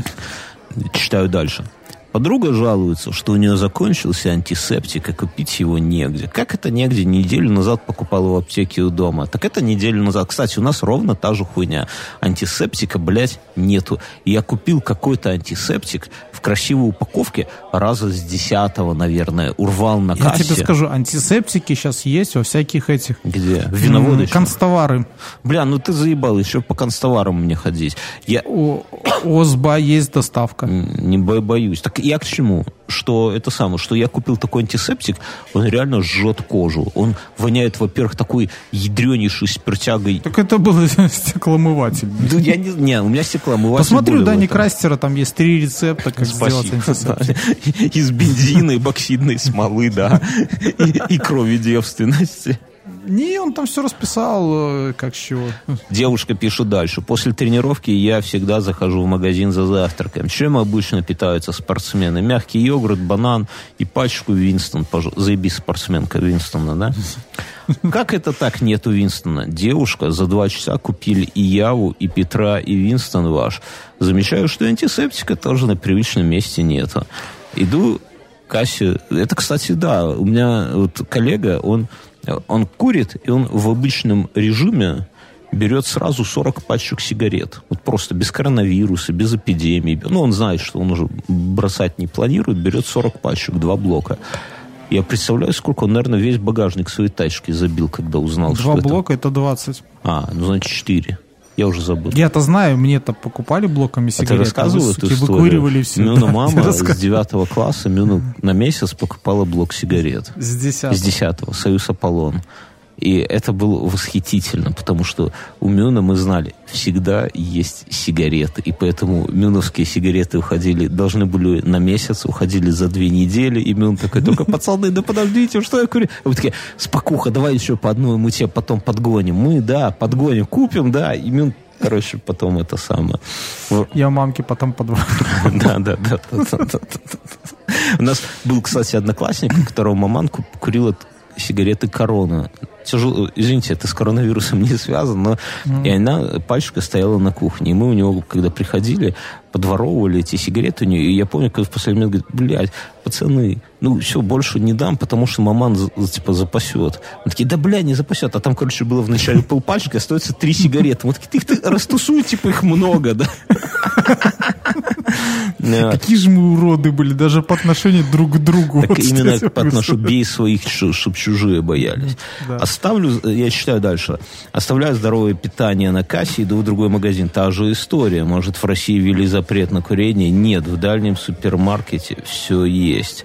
Читаю дальше. Подруга жалуется, что у нее закончился антисептик, и купить его негде. Как это негде? Неделю назад покупала в аптеке у дома. Так это неделю назад. Кстати, у нас ровно та же хуйня. Антисептика, блядь, нету. Я купил какой-то антисептик в красивой упаковке раза с десятого, наверное. Урвал на кассе. Я тебе скажу, антисептики сейчас есть во всяких этих... Где? Виноводы? м, Констовары. Бля, ну ты заебал, еще по констоварам мне ходить. Я У ОСБА есть доставка. не бо- боюсь. Так я к чему? Что это самое, что я купил такой антисептик, он реально жжет кожу. Он воняет, во-первых, такой ядренейшей спиртягой. Так это был стеклоомыватель. Да я не, не, у меня стеклоомыватель. Посмотри, у более Дани в этом. Крастера там есть три рецепта, как сделать Спасибо. антисептик. Да. Из бензина и боксидной смолы, да. И, и крови девственности. Не, он там все расписал, э, как с чего. Девушка пишет дальше. После тренировки я всегда захожу в магазин за завтраком. Чем обычно питаются спортсмены? Мягкий йогурт, банан и пачку Винстон. Пож... Заебись спортсменка Винстона, да? Как это так нету Винстона? Девушка, за два часа купили и Яву, и Петра, и Винстон ваш. Замечаю, что антисептика тоже на привычном месте нету. Иду к кассе. Это, кстати, да, у меня вот коллега, он... Он курит, и он в обычном режиме берет сразу сорок пачек сигарет. Вот просто без коронавируса, без эпидемии. Ну, он знает, что он уже бросать не планирует, берет сорок пачек, два блока. Я представляю, сколько он, наверное, весь багажник своей тачки забил, когда узнал, Два что блока это двадцать. это... А, ну, значит, четыре. Я уже забыл. Я-то знаю, мне-то покупали блоками А сигарет. ты рассказывал вы, эту суки, историю? выкуривали все. Мюна Да, мама я с раска- девятого класса Мюну на месяц покупала блок сигарет. С десятого. С десятого. Союз Аполлон. И это было восхитительно, потому что у Мюна, мы знали, всегда есть сигареты. И поэтому мюновские сигареты уходили, должны были на месяц, уходили за две недели. И Мюн такой, только, пацаны, да подождите, что я курю? А вы такие, спокуха, давай еще по одной, мы тебе потом подгоним. Мы, да, подгоним, купим, да. И Мюн, короче, потом это самое. Я мамке потом подвожу. Да, да, да. У нас был, кстати, одноклассник, у которого маманку курила сигареты «Корона». Тяжело, извините, это с коронавирусом не связано, но mm. и она, пачка стояла на кухне. И мы у него, когда приходили, подворовывали эти сигареты у нее. И я помню, как в последний момент говорит, блядь, пацаны, ну все, больше не дам, потому что маман, типа, запасет. Мы такие, да, бля, не запасет. А там, короче, было в начале полпачки, остается три сигареты. Мы такие, ты их растусуй, типа, их много, да? Какие же мы уроды были, даже по отношению друг к другу. Так именно по отношению, бей своих, чтобы чужие боялись. Оставлю, я читаю дальше. Оставляю здоровое питание на кассе, иду в другой магазин. Та же история. Может, в России ввели запрет на курение? Нет, в дальнем супермаркете все есть.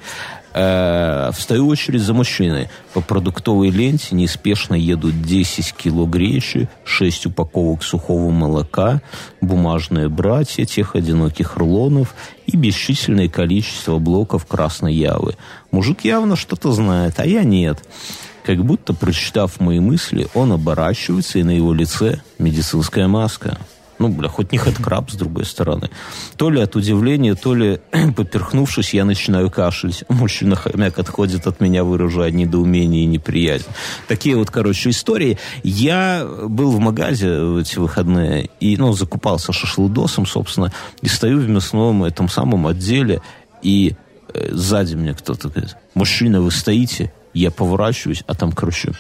Э, встаю в очередь за мужчиной. По продуктовой ленте неспешно едут десять кило гречи, шесть упаковок сухого молока, бумажные братья тех одиноких рулонов и бесчисленное количество блоков красной явы. Мужик явно что-то знает, а я нет. Как будто, прочитав мои мысли, он оборачивается, и на его лице медицинская маска. Ну, бля, хоть не хэдкраб, с другой стороны. То ли от удивления, то ли, поперхнувшись, я начинаю кашлять. Мужчина хомяк отходит от меня, выражая недоумение и неприязнь. Такие вот, короче, истории. Я был в магазе в эти выходные, и, ну, закупался шашлыдосом, собственно, и стою в мясном этом самом отделе, и э, сзади мне кто-то говорит, мужчина, вы стоите? Я поворачиваюсь, а там, короче,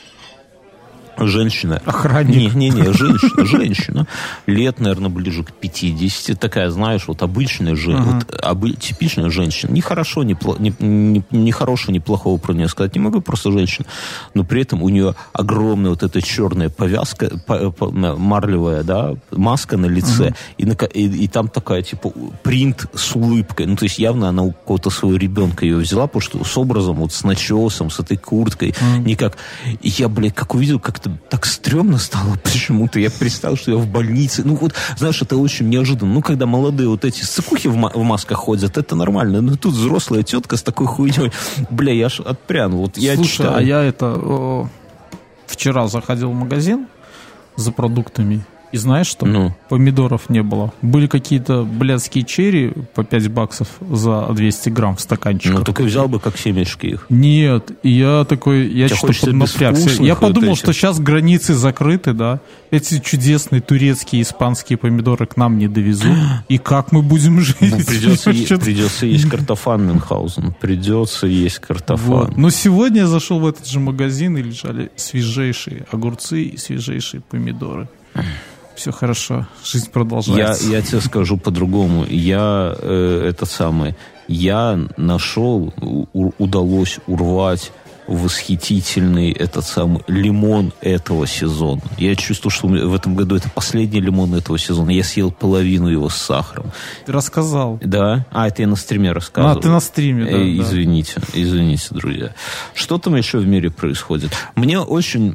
женщина. Охранник. Не-не-не, женщина, женщина. Лет, наверное, ближе к пятидесяти. Такая, знаешь, вот обычная женщина, uh-huh. вот, обы- типичная женщина. Ни хорошо, ни, пло- ни, ни, ни хорошего, ни плохого про нее сказать не могу, просто женщина. Но при этом у нее огромная вот эта черная повязка, по, по, марлевая, да, маска на лице. Uh-huh. И, на, и, и там такая, типа, принт с улыбкой. Ну, то есть явно она у кого-то своего ребенка ее взяла, потому что с образом, вот с начесом, с этой курткой. Uh-huh. Никак. И я, блядь, как увидел, как-то так стрёмно стало почему-то. Я представил, что я в больнице. Ну, вот, знаешь, это очень неожиданно. Ну, когда молодые вот эти сыкухи в, ма- в масках ходят, это нормально. Но тут взрослая тетка с такой хуйней. Бля, я аж отпрянул. Вот я Слушай, читаю. а я это... О, вчера заходил в магазин за продуктами. И знаешь что? Ну. Помидоров не было. Были какие-то блядские черри по пять баксов за двести грамм в стаканчиках. Ну, только взял бы как семечки их. Нет, и я такой, я что-то поднапрягся. Я подумал, вот что сейчас границы закрыты, да. Эти чудесные турецкие, испанские помидоры к нам не довезут. И как мы будем жить? Ну, придется, е- придется есть картофан Мюнхгаузен. Придется есть картофан. Вот. Но сегодня я зашел в этот же магазин, и лежали свежейшие огурцы и свежейшие помидоры. Все хорошо, жизнь продолжается. Я, я тебе скажу по-другому. Я э, этот самый, я нашел, у, удалось урвать восхитительный этот самый лимон этого сезона. Я чувствую, что в этом году это последний лимон этого сезона. Я съел половину его с сахаром. Ты рассказал. Да? А, это я на стриме рассказывал. А, ты на стриме, да. Э, извините, да. извините, друзья. Что там еще в мире происходит? Мне очень...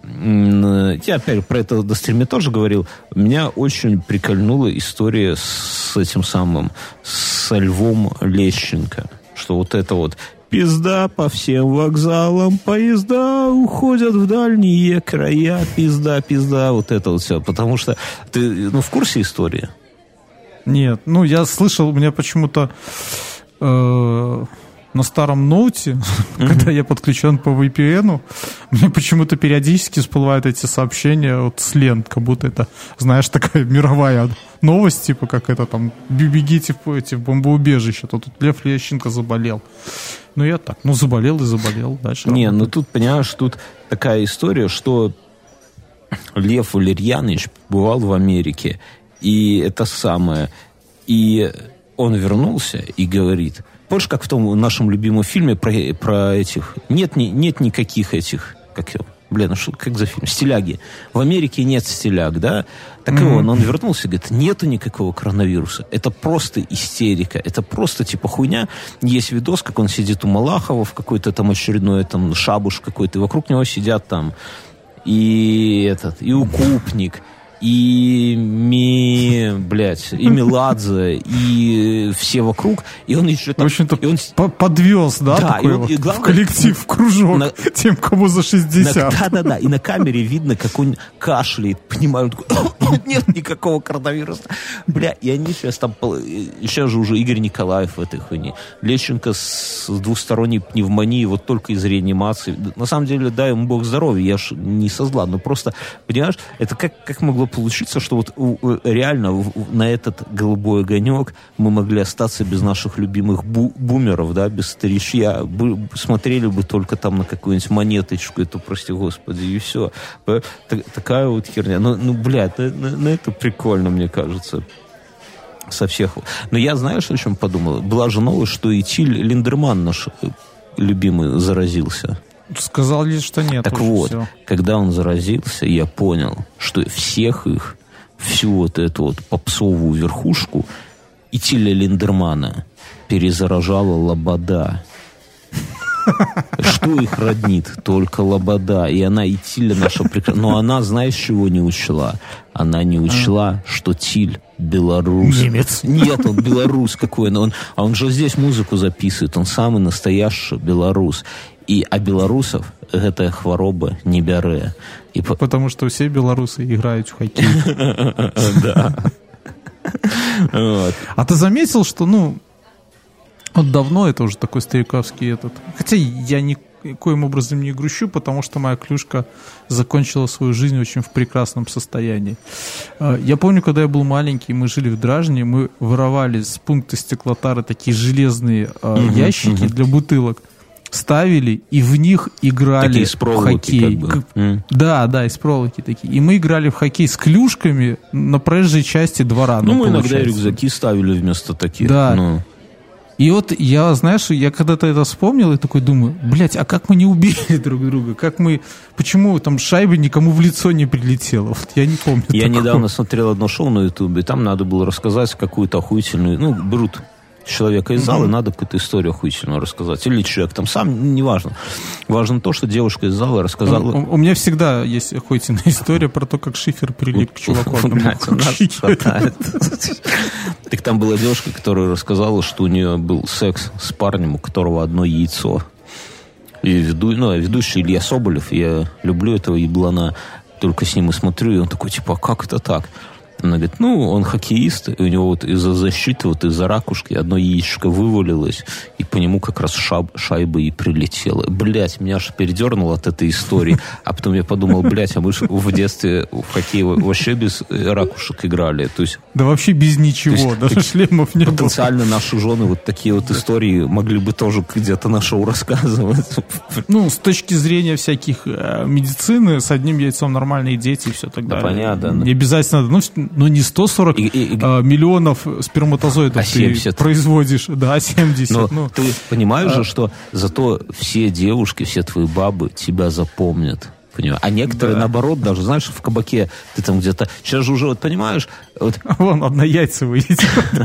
Я опять про это на стриме тоже говорил. Меня очень прикольнула история с этим самым, со Львом Лещенко. Что вот это вот... Пизда по всем вокзалам, поезда уходят в дальние края, пизда, пизда, вот это вот все. Потому что ты, ну, в курсе истории? Нет, ну, я слышал, у меня почему-то э, на старом ноуте, mm-hmm. когда я подключен по ви пи эн, мне почему-то периодически всплывают эти сообщения вот с лент, как будто это, знаешь, такая мировая новость, типа, как это там, бегите в, эти, в бомбоубежище, то тут Лев Лещенко заболел. Ну, я так, ну, заболел и заболел. Дальше Не, работает. ну, тут, понимаешь, тут такая история, что Лев Валерьянович бывал в Америке, и это самое, и он вернулся и говорит, помнишь, как в том нашем любимом фильме про, про этих, нет, не, нет никаких этих, как его, блин, ну что, как за фильм? Стиляги. В Америке нет стиляг, да? Так mm-hmm. и он, он вернулся и говорит, нету никакого коронавируса. Это просто истерика. Это просто типа хуйня. Есть видос, как он сидит у Малахова в какой-то там очередной там шабуш какой-то, и вокруг него сидят там и этот, и Укупник, и Ми, блядь, и Меладзе, и все вокруг, и он еще там... В общем-то, и он... подвез, да, да такой и он, вот и главное, в коллектив, в кружок, на... тем, кому за шестьдесят. Да-да-да, и на камере видно, как он кашляет, понимаю, он такой, нет никакого коронавируса. Бля, и они сейчас там, сейчас же уже Игорь Николаев в этой хуйне, Лещенко с двухсторонней пневмонией, вот только из реанимации. На самом деле, дай ему бог здоровья, я ж не со зла, но просто, понимаешь, это как, как могло получиться, что вот у, реально у, на этот голубой огонек мы могли остаться без наших любимых бу, бумеров, да, без старичья, бы, смотрели бы только там на какую-нибудь монеточку, это, прости господи, и все. Так, такая вот херня. Ну, ну бля, это, ну, это прикольно, мне кажется. Со всех. Но я, знаешь, о чем подумал? Была же новость, что и Тиль Линдерман наш любимый заразился. Сказал лишь, что нет. Так вот, все. Когда он заразился, я понял, что всех их, всю вот эту вот попсовую верхушку и Тиля Линдермана перезаражала лобода. Что их роднит? Только лобода. И она, и Тиля наша прекрасная. Но она, знаешь, чего не учла? Она не учла, что Тиль белорус. Немец. Нет, он белорус какой. Он, а он же здесь музыку записывает. Он самый настоящий белорус. И, а белорусов гэта хвароба не бярэ. И... Потому что все белорусы играют в хоккей. Да. А ты заметил, что, ну, вот давно это уже такой стариковский этот... Хотя я никоим образом не грущу, потому что моя клюшка закончила свою жизнь очень в прекрасном состоянии. Я помню, когда я был маленький, мы жили в Дражне, мы воровали с пункта стеклотары такие железные uh-huh, ящики uh-huh. для бутылок, ставили, и в них играли такие из проволоки, в хоккей. Как бы. mm. Да, да, из проволоки такие. И мы играли в хоккей с клюшками на проезжей части двора. Ну, ну мы получается. иногда рюкзаки ставили вместо таких. Да. Ну. И вот я, знаешь, я когда-то это вспомнил и такой думаю, блядь, а как мы не убили друг друга? Как мы... Почему там шайба никому в лицо не прилетела? Вот я не помню. Я такого. недавно смотрел одно шоу на Ютубе, там надо было рассказать какую-то охуительную... Ну, берут человека из зала, mm-hmm. надо какую-то историю охуительную рассказать. Или человек там сам, неважно. Важно то, что девушка из зала рассказала... У, у, у меня всегда есть охуительная история про то, как Шифер прилип к чуваку. Так там была девушка, которая рассказала, что у нее был секс с парнем, у которого одно яйцо. И веду, ну, ведущий Илья Соболев, я люблю этого еблана, только с ним и смотрю, и он такой, типа, а как это так? Она говорит, ну, он хоккеист, и у него вот из-за защиты, вот из-за ракушки одно яичко вывалилось, и по нему как раз шаб, шайба и прилетела. Блять, меня аж передернуло от этой истории. А потом я подумал, блять, а мы же в детстве в хоккее вообще без ракушек играли. То есть, да вообще без ничего, есть, даже шлемов не было. Потенциально наши жены вот такие вот истории могли бы тоже где-то на шоу рассказывать. Ну, с точки зрения всяких э, медицины, с одним яйцом нормальные дети и все так да, далее. Понятно. Не обязательно, ну, ну не сто сорок и, и, э, миллионов сперматозоидов а семьдесят ты производишь, да, семьдесят. Но ну. ты понимаешь а... же, что зато все девушки, все твои бабы тебя запомнят. Понимаю. А некоторые, да. наоборот, даже, знаешь, в кабаке ты там где-то... Сейчас же уже, вот понимаешь... Вот... Вон, одна яйца выйдет.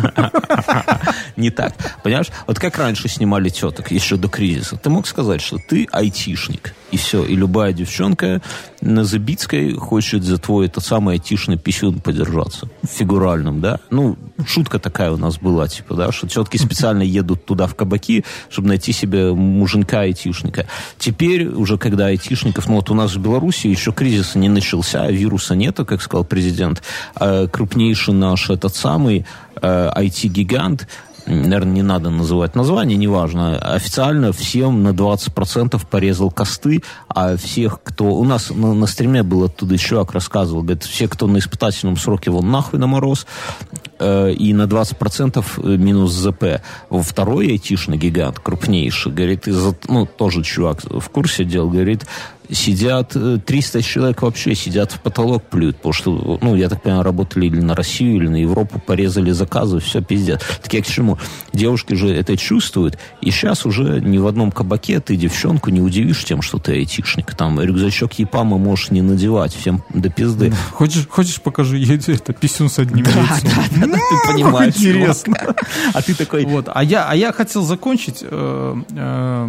Не так. Понимаешь? Вот как раньше снимали теток, еще до кризиса. Ты мог сказать, что ты айтишник. И все. И любая девчонка на Забицкой хочет за твой этот самый айтишный писюн подержаться. В фигуральном, да? Ну, шутка такая у нас была, типа, да, что тетки специально едут туда в кабаки, чтобы найти себе муженька-айтишника. Теперь, уже когда айтишников... Ну, вот у нас в Беларуси еще кризиса не начался, вируса нету, как сказал президент. Крупнейший наш этот самый ай ти-гигант, наверное, не надо называть название, неважно, официально всем на двадцать процентов порезал косты, а всех, кто... У нас на, на стриме был оттуда чувак рассказывал, говорит, все, кто на испытательном сроке, вон нахуй на мороз, э, и на двадцать процентов минус ЗП. Второй айтишный гигант, крупнейший, говорит, из, ну, тоже чувак в курсе дел, говорит, сидят, триста человек вообще сидят в потолок, плюют, потому что, ну, я так понимаю, работали или на Россию, или на Европу, порезали заказы, все пиздец. Так я к чему? Девушки же это чувствуют, и сейчас уже ни в одном кабаке ты девчонку не удивишь тем, что ты айтишник. Там рюкзачок Япама можешь не надевать, всем до пизды. Хочешь, хочешь покажу ей это писюн с одним да, яйцом? Да, да, да, ты понимаешь. Интересно. А ты такой... Вот, а я, а я хотел закончить... Э, э,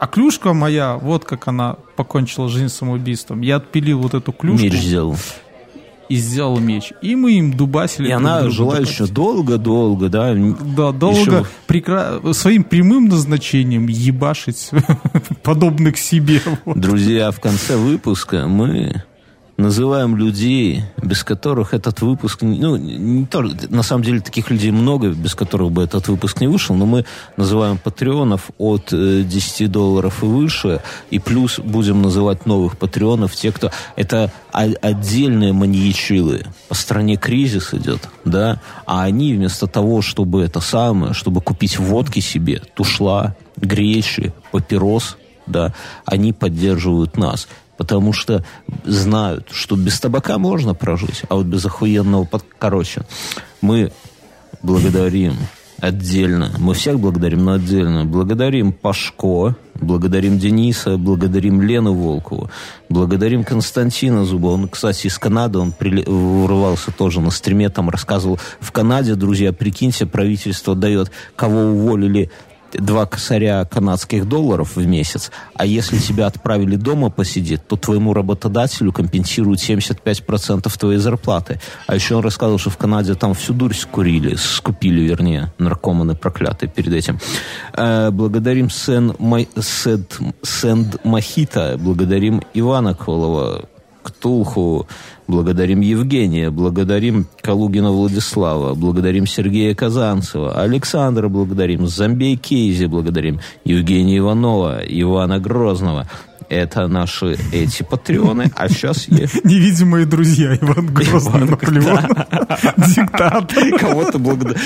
А клюшка моя, вот как она покончила жизнь самоубийством. Я отпилил вот эту клюшку. Меч сделал. И сделал меч. И мы им дубасили. И она жила еще долго-долго, да? Да, долго. Еще... Прекра... Своим прямым назначением ебашить подобных себе. Вот. Друзья, в конце выпуска мы называем людей, без которых этот выпуск... Ну, не то, на самом деле, таких людей много, без которых бы этот выпуск не вышел, но мы называем патреонов от десяти долларов и выше, и плюс будем называть новых патреонов, те, кто... Это отдельные маньячилы. По стране кризис идет, да? А они вместо того, чтобы это самое, чтобы купить водки себе, тушла, гречи, папирос, да, они поддерживают нас. Потому что знают, что без табака можно прожить, а вот без охуенного... Под... Короче, мы благодарим отдельно, мы всех благодарим, но отдельно. Благодарим Пашко, благодарим Дениса, благодарим Лену Волкову, благодарим Константина Зуба. Он, кстати, из Канады, он при... вырывался тоже на стриме, там рассказывал. В Канаде, друзья, прикиньте, правительство дает, кого уволили, два косаря канадских долларов в месяц, а если тебя отправили дома посидеть, то твоему работодателю компенсируют семьдесят пять процентов твоей зарплаты. А еще он рассказывал, что в Канаде там всю дурь скурили, скупили, вернее, наркоманы проклятые перед этим. Э, благодарим Сен, Май, Сед, Сенд Махита, благодарим Ивана Колова, Ктулху, благодарим Евгения, благодарим Калугина Владислава, благодарим Сергея Казанцева, Александра благодарим, Зомбей Кейзи благодарим, Евгения Иванова, Ивана Грозного. Это наши эти патреоны, а сейчас я... Невидимые друзья, Иван Грозный, Наполеон, диктатор. Кого-то благодарю.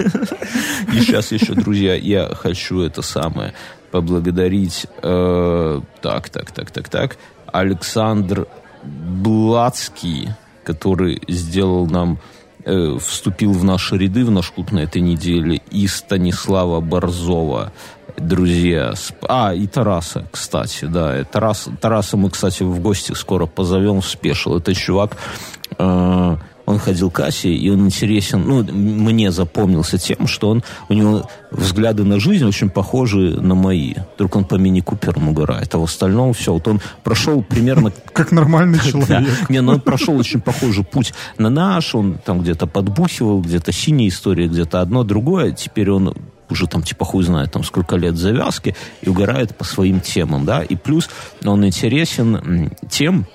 И сейчас еще, друзья, я хочу это самое поблагодарить. Так, так, так, так, так. Александр Блацкий, который сделал нам, э, вступил в наши ряды в наш клуб на этой неделе, и Станислава Борзова, друзья. А, и Тараса, кстати, да. Тарас, Тараса мы, кстати, в гости скоро позовем в спешл. Это чувак, э, он ходил к Асе, и он интересен, ну, мне запомнился тем, что он, у него взгляды на жизнь очень похожи на мои. Только он по мини-куперам угорает, а в остальном все. Вот он прошел примерно... Как нормальный человек. Не, но он прошел очень похожий путь на наш, он там где-то подбухивал, где-то синяя история, где-то одно, другое. Теперь он уже там типа хуй знает, там сколько лет завязки, и угорает по своим темам, да. И плюс он интересен тем,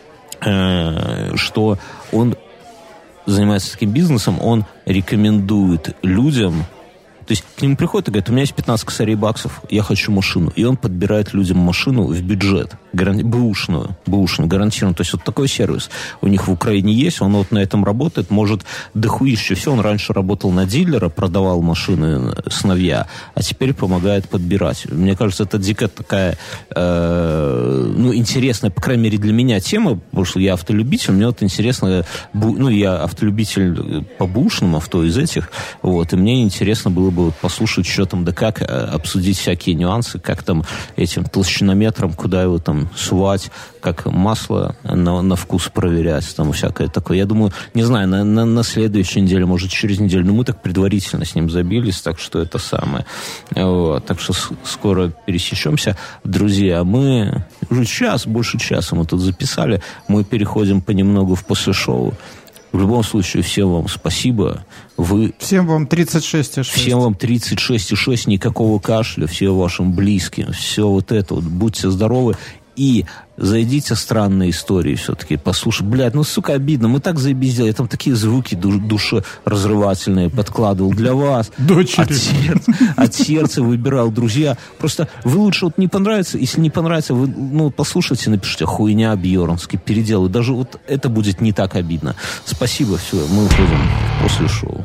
что он занимается таким бизнесом, он рекомендует людям, то есть к нему приходит и говорит, у меня есть пятнадцать косарей баксов, я хочу машину. И он подбирает людям машину в бюджет, гаранти... бэушную, бэушную, гарантированную. То есть вот такой сервис у них в Украине есть, он вот на этом работает, может дохуище все. Он раньше работал на дилера, продавал машины сыновья, а теперь помогает подбирать. Мне кажется, это дико такая, э, ну, интересная, по крайней мере, для меня тема, потому что я автолюбитель, мне вот интересно, ну, я автолюбитель по бэушным авто из этих, вот, и мне интересно было бы вот послушать, что там, да как, обсудить всякие нюансы, как там этим толщинометром, куда его там сувать, как масло на, на вкус проверять, там всякое такое. Я думаю, не знаю, на, на, на следующей неделе, может, через неделю, но мы так предварительно с ним забились, так что это самое. Вот. Так что с, скоро пересечемся. Друзья, мы уже час, больше часа мы тут записали, мы переходим понемногу в послешоу. В любом случае, всем вам спасибо. Вы... Всем вам тридцать шесть и шесть. Всем вам тридцать шесть и шесть, никакого кашля, всем вашим близким, все вот это вот. Будьте здоровы. И зайдите странные истории все-таки, послушай. Блядь, ну, сука, обидно. Мы так заебись делали. Я там такие звуки душеразрывательные подкладывал для вас. Дочери. От сердца, от сердца выбирал, друзья. Просто вы лучше вот не понравится. Если не понравится, вы, ну, послушайте, напишите хуйня Бьернский, переделаю. Даже вот это будет не так обидно. Спасибо, все. Мы уходим после шоу.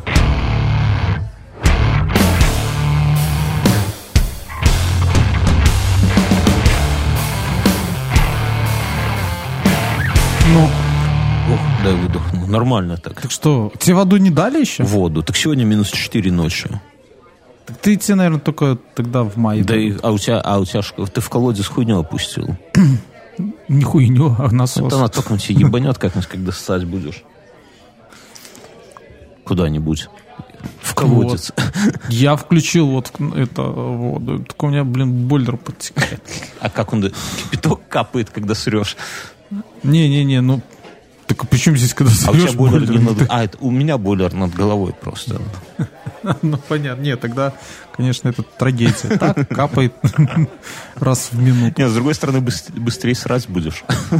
Ну, ох, дай выдохну. Нормально так. Так что, тебе воду не дали еще? Воду. Так сегодня минус четыре ночи. Так ты тебе, наверное, только тогда в мае. Да и, а у тебя, а у тебя, ты в колодец хуйню опустил. Не хуйню, а насос. Это она только тебе ебанет как-нибудь, когда ссать будешь. Куда-нибудь. В, колодец. Вот. Я включил вот это воду. Так у меня, блин, бойлер подтекает. А как он кипяток капает, когда срешь? Не-не-не, ну... Так а почему здесь, когда срешь, а у тебя бойлер, бойлер не над... ты... А, это у меня бойлер над головой просто. Ну, понятно. Нет, тогда, конечно, это трагедия. Так, капает раз в минуту. Нет, с другой стороны, быстрее срать будешь.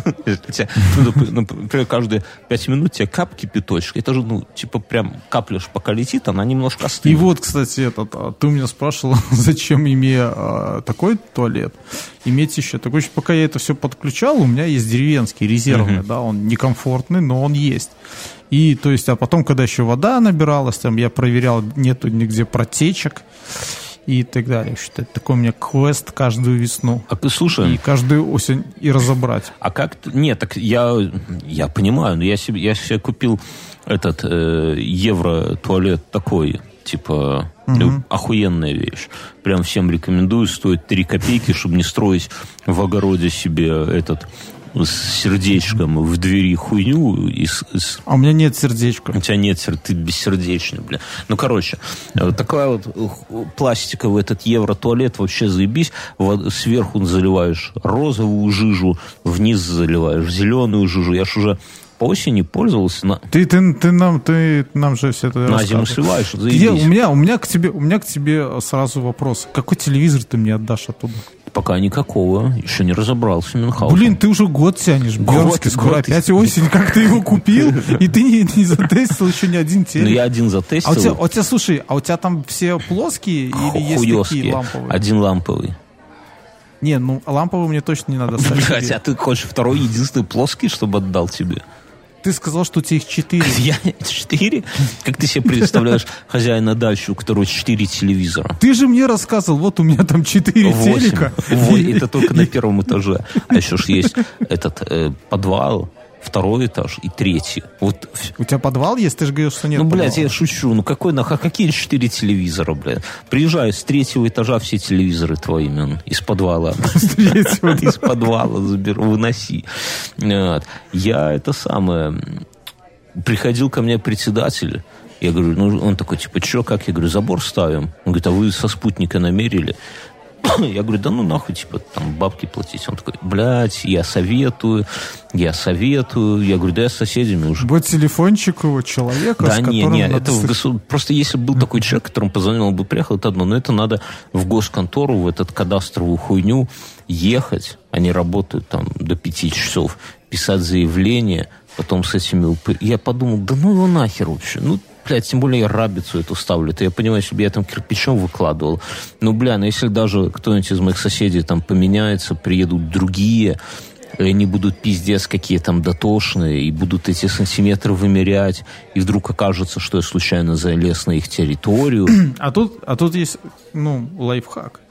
Например, каждые пять минут тебе кап кипяточек. Это же, ну, типа, прям капляешь, пока летит, она немножко остынет. И вот, кстати, этот, ты у меня спрашивал, зачем, имея такой туалет, иметь еще такой. Пока я это все подключал, у меня есть деревенский, резервный, да, он некомфортный, но он есть. И, то есть, а потом, когда еще вода набиралась, там, я проверял, нету нигде протечек и так далее. Что это такой у меня квест каждую весну. А ты слушай. И каждую осень и разобрать. А как ты... Нет, так я, я понимаю, но я себе, я себе купил этот э, евро-туалет такой, типа, угу. охуенная вещь. Прям всем рекомендую, стоит три копейки, чтобы не строить в огороде себе этот... с сердечком в двери хуйню. И с, с... А у меня нет сердечка. У тебя нет сердечка, ты бессердечный, бля. Ну, короче, вот такая вот пластиковый этот евро-туалет вообще заебись. Вот сверху заливаешь розовую жижу, вниз заливаешь зеленую жижу. Я ж уже по осени пользовался. На... Ты, ты, ты, нам, ты нам же все это на зиму сливаешь, заебись. Я, у, меня, у, меня к тебе, у меня к тебе сразу вопрос. Какой телевизор ты мне отдашь оттуда? Пока никакого. Еще не разобрался Мюнхгаузен. Блин, ты уже год тянешь. Бернский, скоро год. Опять осень. Как ты его купил? И ты не, не затестил еще ни один телек. Ну, я один затестил. А у, тебя, у тебя, слушай, а у тебя там все плоские или есть такие ламповые? Один ламповый. Не, ну ламповый мне точно не надо ставить. Блять, а ты хочешь второй единственный плоский, чтобы отдал тебе? Ты сказал, что у тебя их четыре. Я четыре? Как ты себе представляешь хозяина дачи, у которого четыре телевизора? Ты же мне рассказывал, вот у меня там четыре телека. Это только на первом этаже. А еще ж есть этот э, подвал, второй этаж и третий. Вот. У тебя подвал есть? Ты же говорил, что нет. Ну, подвала. блядь, я шучу. Ну, какой нахуй? Какие четыре телевизора, блядь? Приезжаю с третьего этажа, все телевизоры твои, мен, из подвала. Из подвала заберу, выноси. Я это самое... Приходил ко мне председатель. Я говорю, ну, он такой, типа, что, как? Я говорю, забор ставим. Он говорит, а вы со спутника намерили? Я говорю, да ну нахуй, типа, там, бабки платить. Он такой, блядь, я советую, я советую. Я говорю, да я с соседями уже. Вот телефончик его человека, да, с не, которым... не, надо... это в госу... Просто если бы был такой человек, которому позвонил, он бы приехал, это одно. Но это надо в госконтору, в этот кадастровую хуйню ехать. Они работают там до пяти часов. Писать заявление, потом с этими... Я подумал, да ну его нахер вообще, ну... Блядь, тем более я рабицу эту ставлю. То я понимаю, если бы я там кирпичом выкладывал. Ну, бля, ну если даже кто-нибудь из моих соседей там поменяется, приедут другие, и они будут пиздец какие там дотошные, и будут эти сантиметры вымерять, и вдруг окажется, что я случайно залез на их территорию. А тут, а тут есть, ну, лайфхак.